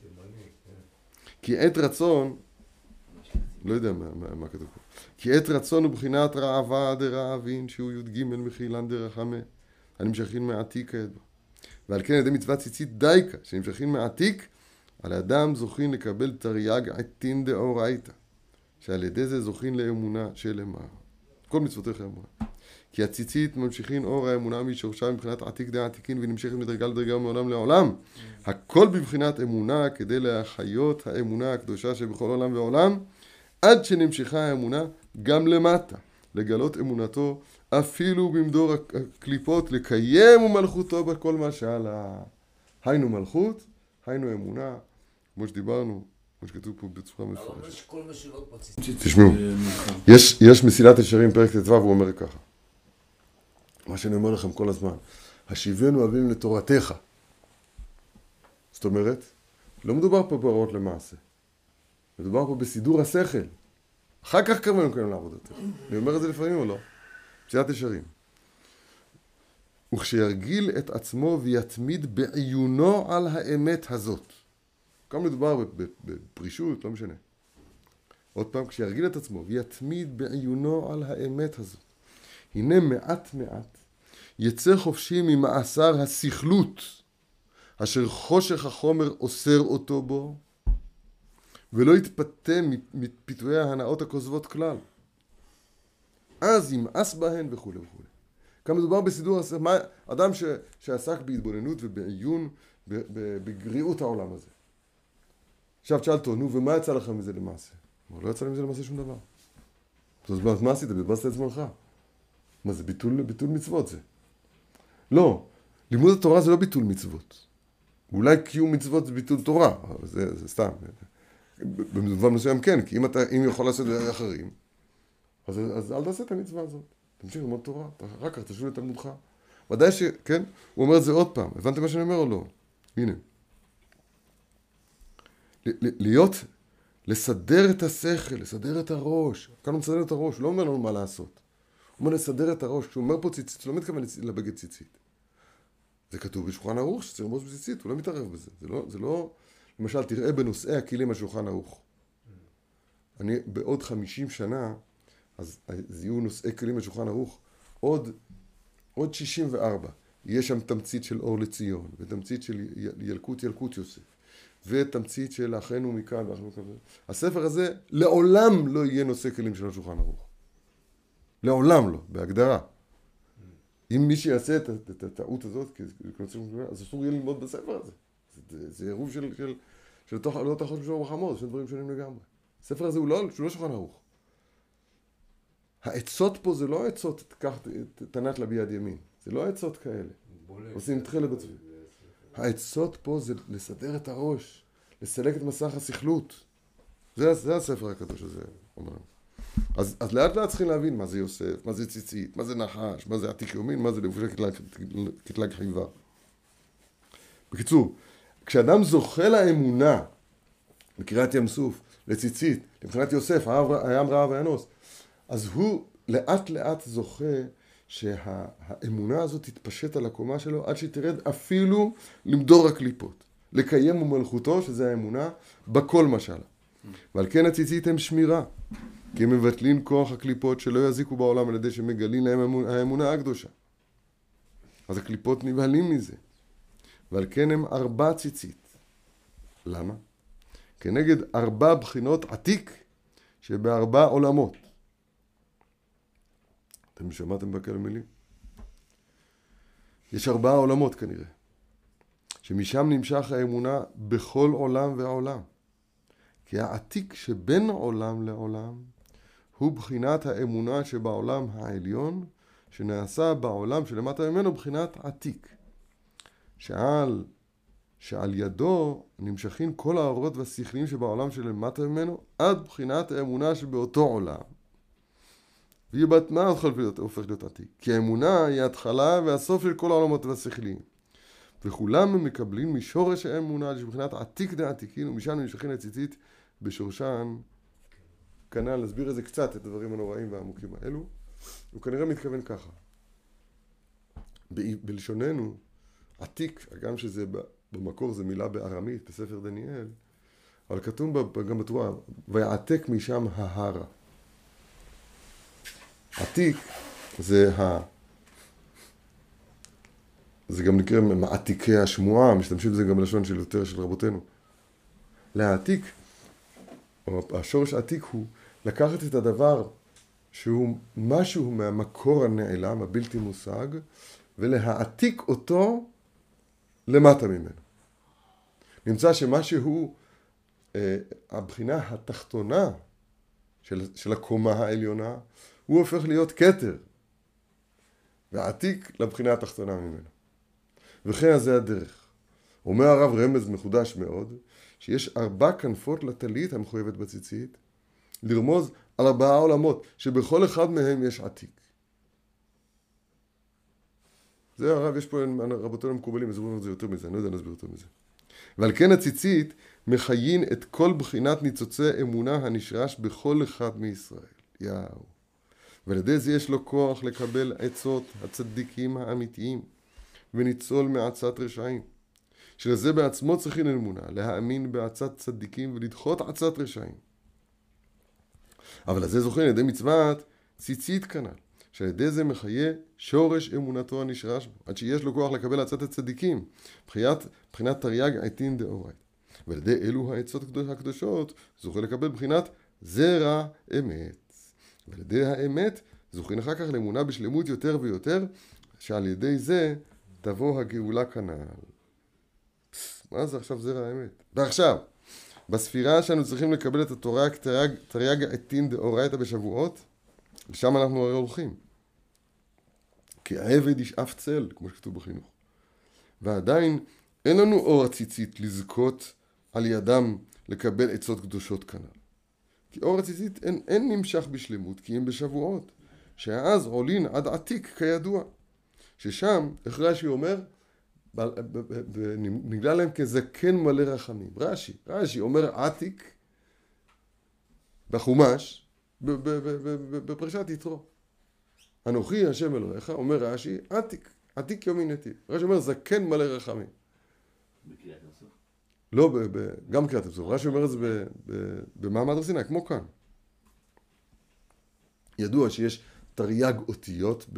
כי עת רצון, לא יודע מה, מה, מה כתוב פה. כי עת רצון הוא בחינת רעבה דרעבין, שהוא י"ג מחילן דרחמה, הנמשכים מעתיק כידוע. ועל כן על ידי מצוות ציצית דייקה, שנמשכים מעתיק, על האדם זוכין לקבל תרי"ג עתין דאורייתא, שעל ידי זה זוכין לאמונה שלמה. כל מצוותיך אמונה. כי הציצית ממשיכין אור האמונה משורשה מבחינת עתיק דעתיקין ונמשכת מדרגה לדרגה מעולם לעולם. הכל בבחינת אמונה כדי להחיות האמונה הקדושה שבכל עולם ועולם, עד שנמשכה האמונה גם למטה, לגלות אמונתו אפילו במדור הקליפות, לקיים ומלכותו בכל משל. היינו מלכות, היינו אמונה, כמו שדיברנו, כמו שכתוב פה בצורה מפורשת. כל משילות פה ציצית. תשמעו, יש, יש מסילת ישרים פרק ט"ו, הוא אומר ככה. מה שאני אומר לכם כל הזמן, השיבנו אבים לתורתך. זאת אומרת, לא מדובר פה בהוראות למעשה. מדובר פה בסידור השכל. אחר כך קרבנו כאן לעבודתך. אני אומר את זה לפעמים או לא? מסילת ישרים. וכשירגיל את עצמו ויתמיד בעיונו על האמת הזאת. כאן מדובר בפרישות, לא משנה. עוד פעם, כשירגיל את עצמו ויתמיד בעיונו על האמת הזאת. הנה מעט מעט יצא חופשי ממאסר הסכלות, אשר חושך החומר אוסר אותו בו, ולא יתפתה מפיתויי ההנאות הכוזבות כלל. אז ימאס בהן וכו' וכו'. כאן מדובר בסידור, אדם ש, שעסק בהתבוננות ובעיון, בגריעות העולם הזה. עכשיו תשאל אותו, נו, ומה יצא לך מזה למעשה? הוא לא יצא לי מזה למעשה שום דבר. אז מה עשית? בזבזת את זמנך. מה זה? ביטול, ביטול מצוות זה. לא, לימוד התורה זה לא ביטול מצוות. אולי קיום מצוות זה ביטול תורה, אבל זה, זה סתם. במובן מסוים כן, כי אם אתה, אם יכול לעשות דברים אחרים, אז, אז אל תעשה את המצווה הזאת. תמשיך ללמוד תורה, אחר כך תשוב לתלמודך. ודאי שכן, הוא אומר את זה עוד פעם. הבנתם מה שאני אומר או לא? הנה. להיות, לסדר את השכל, לסדר את הראש. כאן הוא מסדר את הראש, הוא לא אומר לנו מה לעשות. הוא אומר לסדר את הראש. כשהוא אומר פה ציצית, הוא לא מתכוון לבגד ציצית. זה כתוב בשולחן ערוך שצריך לרמוז בציצית, הוא לא מתערב בזה. זה לא, זה לא, למשל, תראה בנושאי הכלים השולחן ערוך. אני בעוד חמישים שנה, אז יהיו נושאי כלים השולחן ערוך, עוד, עוד שישים וארבע. יש שם תמצית של אור לציון, ותמצית של ילקוט ילקוט יוסף, ותמצית של אחינו מכאן ואחינו מכאן. הספר הזה לעולם לא יהיה נושא כלים של השולחן ערוך. לעולם לא, בהגדרה. אם מישהו יעשה את, את, את הטעות הזאת, אז אסור יהיה ללמוד בספר הזה. זה, זה עירוב של, של, של תוך, לא תחת משום מחמוד, זה שני דברים שונים לגמרי. הספר הזה הוא לא, הוא לא שולחן ערוך. העצות פה זה לא עצות, תקח תנת לה ביד ימין. זה לא עצות כאלה. עושים תחילה בצבא. העצות פה זה לסדר את הראש, לסלק את מסך הסכלות. זה, זה הספר הקדוש הזה, אומר. אז, אז לאט לאט צריכים להבין מה זה יוסף, מה זה ציצית, מה זה נחש, מה זה עתיק יומין, מה זה לבושי קטלג חיבה. בקיצור, כשאדם זוכה לאמונה, בקריאת ים סוף, לציצית, לבחינת יוסף, הים רעב וינוס, אז הוא לאט לאט זוכה שהאמונה הזאת תתפשט על הקומה שלו עד שתרד אפילו למדור הקליפות, לקיים ומלכותו, שזה האמונה, בכל משל. ועל כן הציצית הם שמירה, כי הם מבטלים כוח הקליפות שלא יזיקו בעולם על ידי שמגלים להם האמונה הקדושה. אז הקליפות נבהלים מזה. ועל כן הם ארבע ציצית. למה? כנגד ארבע בחינות עתיק שבארבע עולמות. אתם שמעתם בכאלה מילים? יש ארבעה עולמות כנראה, שמשם נמשך האמונה בכל עולם ועולם. כי העתיק שבין עולם לעולם הוא בחינת האמונה שבעולם העליון, שנעשה בעולם שלמטה ממנו בחינת עתיק. שעל, שעל ידו נמשכים כל האורות והשכלים שבעולם שלמטה ממנו, עד בחינת האמונה שבאותו עולם. והיא בתנאה הופך להיות עתיק. כי האמונה היא ההתחלה והסוף של כל העולמות והשכלים. וכולם הם מקבלים משורש האמונה, שבחינת עתיק דעתיקין, ומשם נמשכים הציצית בשורשן. כנ"ל, נסביר איזה קצת את הדברים הנוראים והעמוקים האלו. הוא כנראה מתכוון ככה. ב- בלשוננו, עתיק, גם שזה במקור זה מילה בארמית, בספר דניאל, אבל כתוב גם בתורה, ויעתק משם ההרה. עתיק זה ה... זה גם נקרא מעתיקי השמועה, משתמשים בזה גם בלשון של יותר של רבותינו. להעתיק, או השורש עתיק הוא לקחת את הדבר שהוא משהו מהמקור הנעלם, הבלתי מושג, ולהעתיק אותו למטה ממנו. נמצא שמשהו, אה, הבחינה התחתונה של, של הקומה העליונה, הוא הופך להיות כתר, ועתיק לבחינה התחתונה ממנו. וכן זה הדרך. אומר הרב רמז מחודש מאוד, שיש ארבע כנפות לטלית המחויבת בציצית, לרמוז על ארבעה עולמות, שבכל אחד מהם יש עתיק. זה הרב, יש פה רבותינו המקובלים, מסבירים את זה יותר מזה, אני לא יודע להסביר יותר מזה. ועל כן הציצית מחיין את כל בחינת ניצוצי אמונה הנשרש בכל אחד מישראל. יאו. ועל ידי זה יש לו כוח לקבל עצות הצדיקים האמיתיים, וניצול מעצת רשעים. שלזה בעצמו צריכים אמונה, להאמין בעצת צדיקים ולדחות עצת רשעים. אבל לזה זוכה על ידי מצוות ציצית כנ"ל, שעל ידי זה מחיה שורש אמונתו הנשרש בו, עד שיש לו כוח לקבל עצת הצדיקים, בחינת, בחינת תרי"ג עיטין דאורייתא. ועל ידי אלו העצות הקדושות זוכה לקבל בחינת זרע אמת. ועל ידי האמת זוכין אחר כך לאמונה בשלמות יותר ויותר, שעל ידי זה תבוא הגאולה כנ"ל. מה זה עכשיו זרע האמת? ועכשיו, בספירה שאנו צריכים לקבל את התורה תרי"ג עיטין דאורייתא בשבועות, ושם אנחנו הרי הולכים. כי העבד ישאף צל, כמו שכתוב בחינוך. ועדיין אין לנו אור הציצית לזכות על ידם לקבל עצות קדושות כנ"ל. כי אור הציצית אין, אין נמשך בשלמות, כי הם בשבועות, שאז עולין עד עתיק כידוע. ששם, איך רש"י אומר, נגלה להם כזקן מלא רחמים. רש"י, רש"י אומר עתיק בחומש, בפרשת יתרו. אנוכי השם אלוהיך, אומר רש"י, עתיק, עתיק יומין נתיב. רש"י אומר זקן מלא רחמים. בקריאת ים סוף? לא, גם בקריאת ים סוף. רש"י אומר את זה במעמד הר סיני, כמו כאן. ידוע שיש תרי"ג אותיות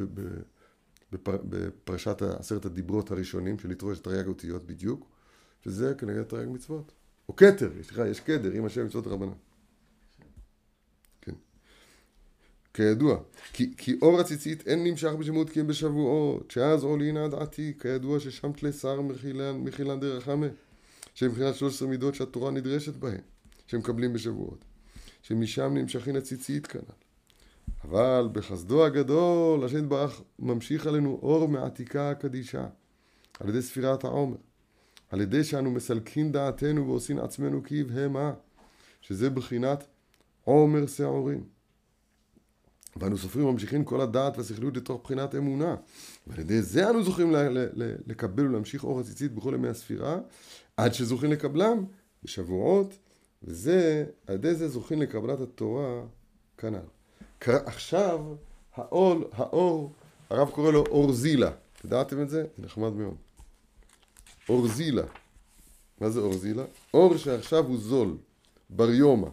בפרשת עשרת הדיברות הראשונים של יתרו, יש תרי"ג אותיות בדיוק, שזה כנגד תרי"ג מצוות. או כתר, יש, יש כתר, עם השם מצוות רבנן. כן. כידוע, כי, כי אור הציצית אין נמשך בשלמות כי הם בשבועות, שאז עולין דעתי, כידוע ששם תלי שר מחילן, מחילן דרך חמה, שמבחינת שלוש עשרה מידות שהתורה נדרשת בהן, שמקבלים בשבועות, שמשם נמשכין הציצית כנ"ל. אבל בחסדו הגדול, השם יתברך ממשיך עלינו אור מעתיקה הקדישה, על ידי ספירת העומר, על ידי שאנו מסלקין דעתנו ועושים עצמנו כבהמה, שזה בחינת עומר שעורים. ואנו סופרים וממשיכים כל הדעת והשכליות לתוך בחינת אמונה. ועל ידי זה אנו זוכים לקבל ולהמשיך אור הציצית בכל ימי הספירה, עד שזוכים לקבלם בשבועות, וזה, על ידי זה זוכים לקבלת התורה כנ"ל. עכשיו, האור, האור, הרב קורא לו אור זילה. תדעתם את זה? נחמד מאוד. אור זילה. מה זה אור זילה? אור שעכשיו הוא זול, בר יומא.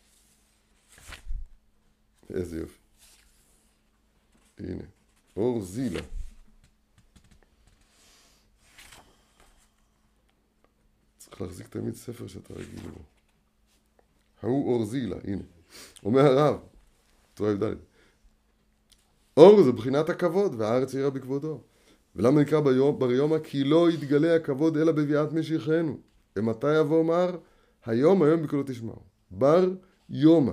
איזה יופי. הנה, אור זילה. צריך להחזיק תמיד ספר שאתה רגיל בו. הוא אור זילה, הנה. אומר הרב, תורה י"ד. אור זה בחינת הכבוד, והארץ יראה בכבודו. ולמה נקרא ביום, בר יומא? כי לא יתגלה הכבוד אלא בביאת משיחנו. ומתי יבוא מר? היום, היום בקולו תשמעו. בר יומא.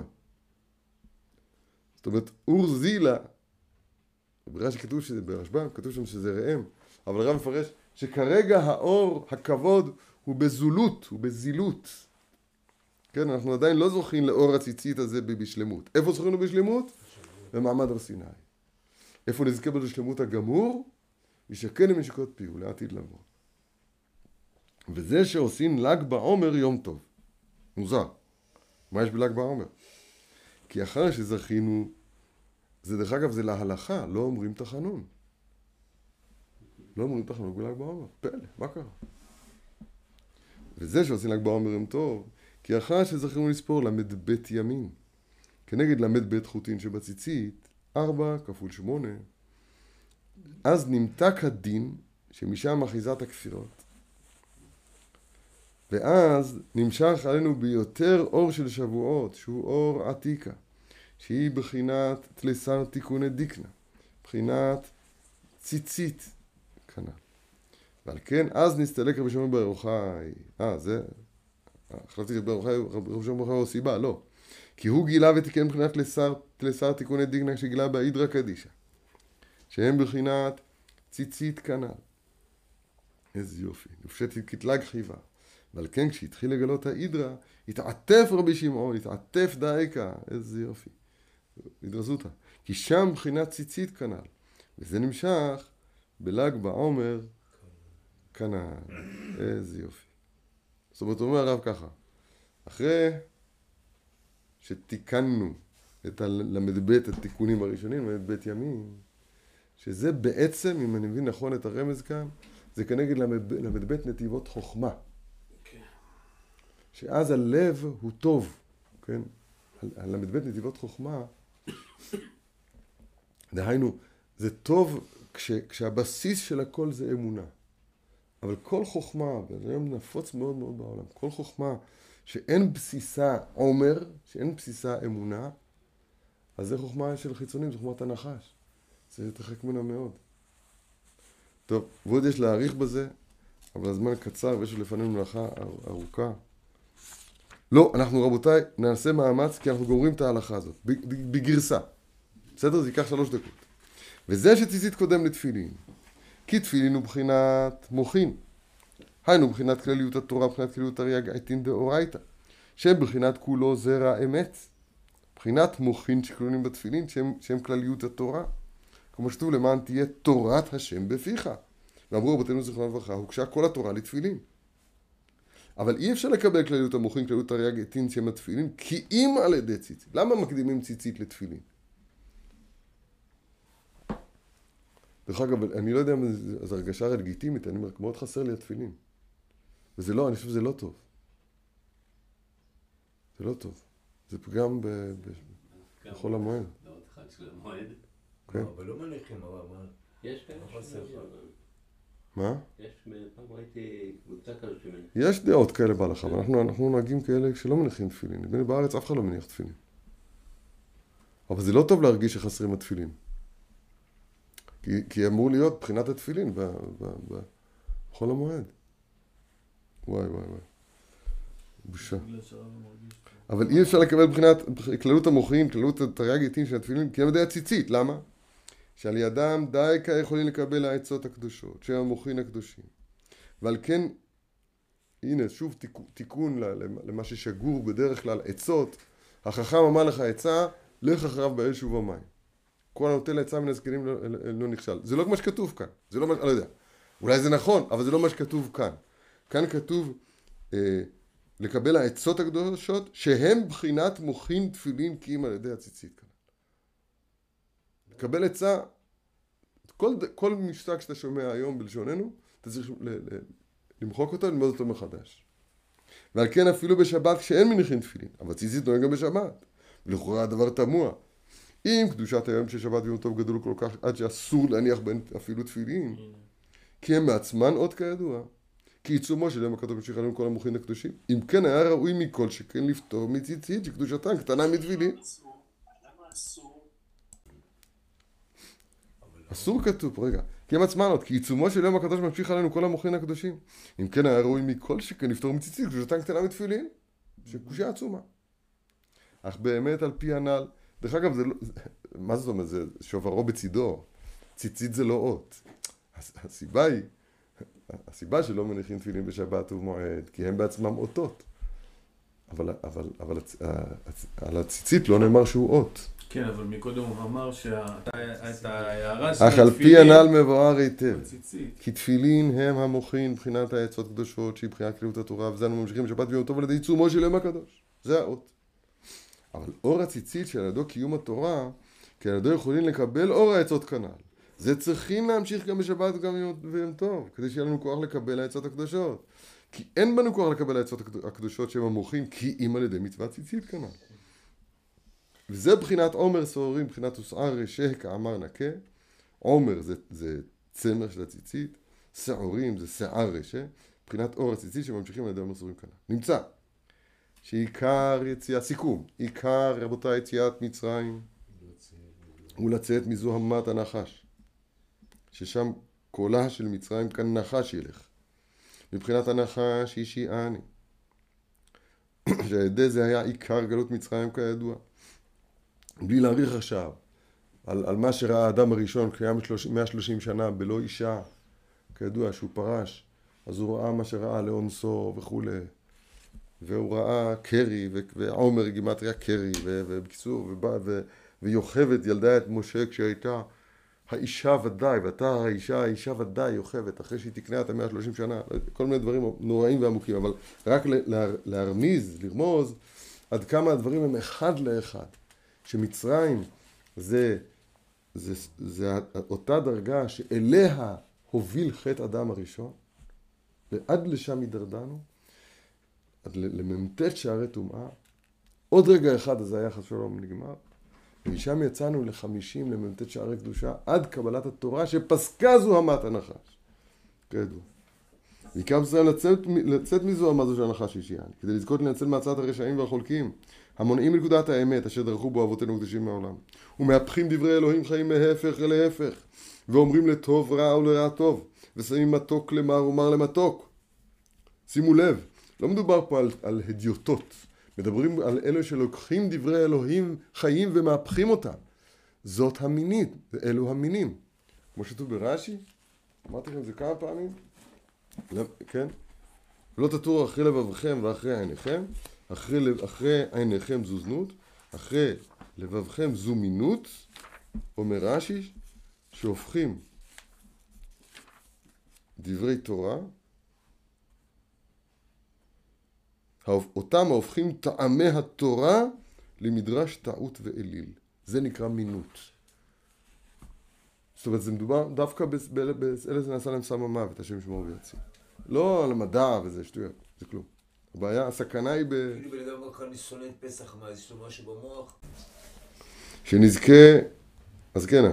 זאת אומרת, אור זילה, בגלל שכתוב שזה ברשב"ם, כתוב שם שזה ראם, אבל הרב מפרש שכרגע האור, הכבוד, הוא בזולות, הוא בזילות. כן, אנחנו עדיין לא זוכים לאור הציצית הזה בשלמות. איפה זוכינו בשלמות? במעמד הר סיני. איפה נזכה בשלמות הגמור? ישכן עם נשיקות פיהו, לעתיד לבוא. וזה שעושים ל"ג בעומר יום טוב. מוזר. מה יש בל"ג בעומר? כי אחרי שזכינו, זה דרך אגב זה להלכה, לא אומרים תחנון. לא אומרים תחנון בל"ג בעומר. פלא, מה קרה? וזה שעושים ל"ג בעומר יום טוב, כי אחרי שזכינו לספור למד בית ימים, כנגד למד בית חוטין שבציצית, ארבע כפול שמונה, אז נמתק הדין שמשם אחיזת הכפירות. ואז נמשך עלינו ביותר אור של שבועות, שהוא אור עתיקה, שהיא בחינת תלסר תיקוני דיקנה, בחינת ציצית כנ"ל. ועל כן, אז נסתלק רבי שמעון בר יוחאי. אה, זה... חשבתי רבי שמעון בר יוחאי הוא סיבה, לא. כי הוא גילה ותיקן בחינת תלסר, תלסר תיקוני דיקנה שגילה בהידרא קדישא, שהם בחינת ציצית כנ"ל. איזה יופי. נופשת קטלג חיבה. ועל כן כשהתחיל לגלות ההידרא, התעטף רבי שמעון, התעטף דייקה. איזה יופי. הדרזותא. כי שם בחינת ציצית כנ"ל. וזה נמשך בל"ג בעומר כנ"ל. איזה יופי. זאת אומרת, אומר הרב ככה. אחרי שתיקנו את הל"ב, את התיקונים הראשונים, למד בית ימים, שזה בעצם, אם אני מבין נכון את הרמז כאן, זה כנגד למד בית נתיבות חוכמה. שאז הלב הוא טוב, כן? הל"ב נתיבות חוכמה, דהיינו, זה טוב כש, כשהבסיס של הכל זה אמונה. אבל כל חוכמה, וזה היום נפוץ מאוד מאוד בעולם, כל חוכמה שאין בסיסה עומר, שאין בסיסה אמונה, אז זה חוכמה של חיצונים, זה חוכמת הנחש. זה יתרחק ממנה מאוד. טוב, ועוד יש להאריך בזה, אבל הזמן קצר ויש לפנינו מלאכה ארוכה. לא, אנחנו רבותיי נעשה מאמץ כי אנחנו גומרים את ההלכה הזאת, בגרסה. בסדר? זה ייקח שלוש דקות. וזה שציצית קודם לתפילין. כי תפילין הוא בחינת מוחין. היינו בחינת כלליות התורה, בחינת כלליות תרי"ג עיטין דאורייתא. שהם בחינת כולו זרע אמת. בחינת מוחין שכלולים בתפילין, שהם, שהם כלליות התורה. כמו שכתוב למען תהיה תורת השם בפיך. ואמרו רבותינו זיכרונם לברכה, הוגשה כל התורה לתפילין. אבל אי אפשר לקבל כלליות המוחין, כלליות תרי"ג עיטין שהם התפילין, כי אם על ידי ציצית. למה מקדימים ציצית לתפילין? דרך אגב, אני לא יודע אם זו הרגשה לגיטימית, אני אומר, מאוד חסר לי התפילין. וזה לא, אני חושב שזה לא טוב. זה לא טוב. זה פגם בכל המועד. לא, עוד אחד של המועד. כן. אבל לא מניחים, אבל מה? יש כאלה שמניחים. מה? יש, פעם ראיתי קבוצה כזו שמניחים. יש דעות כאלה בהלכה, אבל אנחנו, אנחנו נוהגים כאלה שלא מניחים תפילין. בני בארץ אף אחד לא מניח תפילין. אבל זה לא טוב להרגיש שחסרים התפילין. כי, כי אמור להיות בחינת התפילין ב, ב, ב, בחול המועד. וואי וואי וואי. בושה. אבל אי אפשר לקבל בחינת כללות המוחין, כללות תרי"ג עיטין של התפילין, כי הם ידי הציצית. למה? שעל ידם דייקה יכולים לקבל העצות הקדושות, שהם המוחין הקדושים. ועל כן, הנה שוב תיקון למה ששגור בדרך כלל עצות. החכם אמר לך עצה, לך אחריו באש ובמים. כל הנוטל עצה מן הזקנים לא, לא נכשל. זה לא מה שכתוב כאן. זה לא מה, אני לא יודע. אולי זה נכון, אבל זה לא מה שכתוב כאן. כאן כתוב אה, לקבל העצות הקדושות, שהם בחינת מוחין תפילין כי אם על ידי הציצית כאן. לקבל עצה, כל, כל משתק שאתה שומע היום בלשוננו, אתה צריך ל, ל, למחוק אותו, ללמוד אותו מחדש. ועל כן אפילו בשבת כשאין מניחין תפילין, אבל ציצית נוהג גם בשבת. ולכאורה הדבר תמוה. אם קדושת היום של שבת ויום טוב גדול כל כך, עד שאסור להניח בין אפילו תפילין, כי הם מעצמן עוד כידוע, כי עיצומו של יום הקדוש ממשיך עלינו כל המוחין הקדושים. אם כן היה ראוי מכל שכן לפטור מציצית שקדושתן קטנה מתפילין. אסור כתוב, רגע, כי הם עצמן עוד, כי עיצומו של יום הקדוש ממשיך עלינו כל המוחין הקדושים. אם כן היה ראוי מכל שכן לפטור מציצית שקדושתן קטנה מתפילין, שקדושה עצומה. אך באמת על פי הנ"ל, דרך אגב, זה לא, מה זאת אומרת? זה שוברו בצידו. ציצית זה לא אות. הסיבה היא, הסיבה שלא מניחים תפילין בשבת ובמועד, כי הם בעצמם אותות. אבל, אבל, אבל על הציצית לא נאמר שהוא אות. כן, אבל מקודם הוא אמר שאת ההערה של אך על פי הנ"ל מבואר היטב. כי תפילין הם המוחין בחינת העצות קדושות, שהיא בחינת כללות התורה, וזה אנו ממשיכים בשבת ויום טוב על ידי עיצומו של יום הקדוש. זה האות. אבל אור הציצית שעל ידו קיום התורה, כי על ידו יכולים לקבל אור העצות כנ"ל. זה צריכים להמשיך גם בשבת וגם ביום טוב, כדי שיהיה לנו כוח לקבל העצות הקדושות. כי אין בנו כוח לקבל העצות הקדושות שהם המוחים, כי אם על ידי מצוות ציצית כנ"ל. וזה בחינת עומר סעורים, בחינת וסער רשע כאמר נקה. עומר זה, זה צמר של הציצית, סעורים זה שיער רשע, בחינת אור הציצית שממשיכים על ידי עומר סעורים כנ"ל. נמצא. שעיקר יציאה, סיכום, עיקר רבותיי יציאת מצרים הוא לצאת מזוהמת הנחש, ששם קולה של מצרים כאן נחש ילך. מבחינת הנחש אישיעני, שהידי זה היה עיקר גלות מצרים כידוע. בלי להאריך עכשיו על, על מה שראה האדם הראשון קיים מאה ושלושים שנה בלא אישה, כידוע שהוא פרש, אז הוא ראה מה שראה לאונסו וכו'. והוא ראה קרי, ועומר גימטריה קרי, ובקיצור, ויוכבת ילדה את משה כשהייתה האישה ודאי, ואתה האישה, האישה ודאי יוכבת, אחרי שהיא תקנה את המאה ושלושים שנה, כל מיני דברים נוראים ועמוקים, אבל רק להרמיז, לרמוז, עד כמה הדברים הם אחד לאחד, שמצרים זה, זה, זה אותה דרגה שאליה הוביל חטא אדם הראשון, ועד לשם הידרדרנו, עד לממתת שערי טומאה, עוד רגע אחד אז היחס שלום נגמר, ומשם יצאנו לחמישים לממתת שערי קדושה, עד קבלת התורה שפסקה זוהמת הנחש. כידוע. ועיקר ישראל לצאת, לצאת מזוהמה זו של הנחש אישיעני, כדי לזכות לנצל מהצעת הרשעים והחולקים, המונעים מנקודת האמת אשר דרכו בו אבותינו הקדושים מעולם, ומהפכים דברי אלוהים חיים מהפך להפך, ואומרים לטוב רע ולרע טוב, ושמים מתוק למר ומר למתוק. שימו לב, לא מדובר פה על, על הדיוטות, מדברים על אלו שלוקחים דברי אלוהים חיים ומהפכים אותם. זאת המינית, אלו המינים. כמו שכתוב ברש"י, אמרתי לכם זה כמה פעמים, כן? לא תטורו אחרי לבבכם ואחרי עיניכם, אחרי, אחרי עיניכם זו זנות, אחרי לבבכם זו מינות, אומר רש"י, שהופכים דברי תורה, אותם ההופכים טעמי התורה למדרש טעות ואליל. זה נקרא מינות. זאת אומרת, זה מדובר דווקא באלה זה נעשה להם סם המוות, השם ישמור ויציל. לא על המדע וזה שטויות, זה כלום. הבעיה, הסכנה היא ב... כאילו בלגב אמר כאן, אני שונא את פסח, מה, יש לו משהו במוח? שנזכה... אז כן,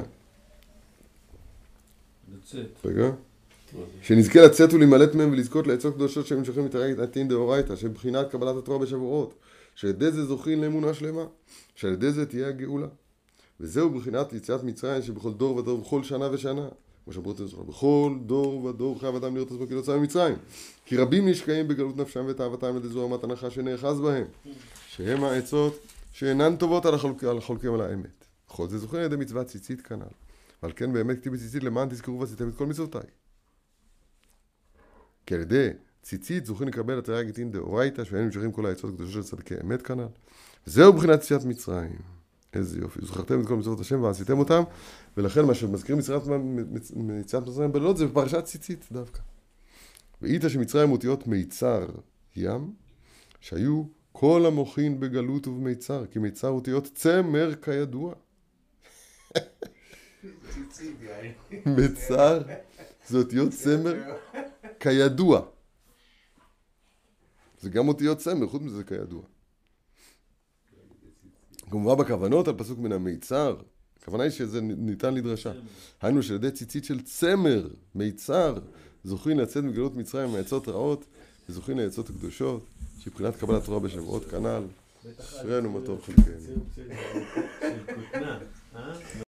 לצאת. רגע. שנזכה לצאת ולהימלט מהם ולזכות לעצות קדושות שהם נמשכים מתרג עתין דאורייתא, שבחינת קבלת התורה בשבועות, שעל ידי זה זוכים לאמונה שלמה, שעל ידי זה תהיה הגאולה. וזהו בחינת יציאת מצרים שבכל דור ודור, בכל שנה ושנה. כמו שאמרו את זה, בכל דור ודור חייב אדם לראות עצמו כאילו יצא ממצרים. כי רבים נשקעים בגלות נפשם ותאוותם על ידי זו רמת הנחה שנאחז בהם, שהם העצות שאינן טובות על החולקים על האמת. בכל זה זוכר על ידי מצוות ציצית כנ"ל. ועל כן באמת כתיב בציצית למען תזכרו ועשיתם את כל מצוותיי. כי על ידי ציצית זוכים לקבל התרי"ג גיטין דאורייתא, שהן נמשכים כל העצות הקדושות של צדקי אמת כנ"ל. וזהו בחינת יציאת מצרים. איזה יופי. זכרתם את כל מצוות השם ועשיתם אותם, ולכן מה שמזכירים יציאת מצרים בלילות זה בפרשת ציצית דווקא. ואיתה שמצרים אותיות מיצר ים, שהיו כל המוחין בגלות ובמיצר, כי מיצר אותיות צמר כידוע. מיצר זה אותיות צמר כידוע. זה גם אותיות צמר, חוץ מזה זה כידוע. כמובן בכוונות על פסוק מן המיצר, הכוונה היא שזה ניתן לדרשה. היינו שעל ידי ציצית של צמר, מיצר, זוכים לצאת מגלות מצרים מעצות רעות, וזוכים לעצות קדושות, שבחינת קבלת תורה בשבועות כנ"ל, אשרינו מה טוב חלקנו. של כותנה, אה?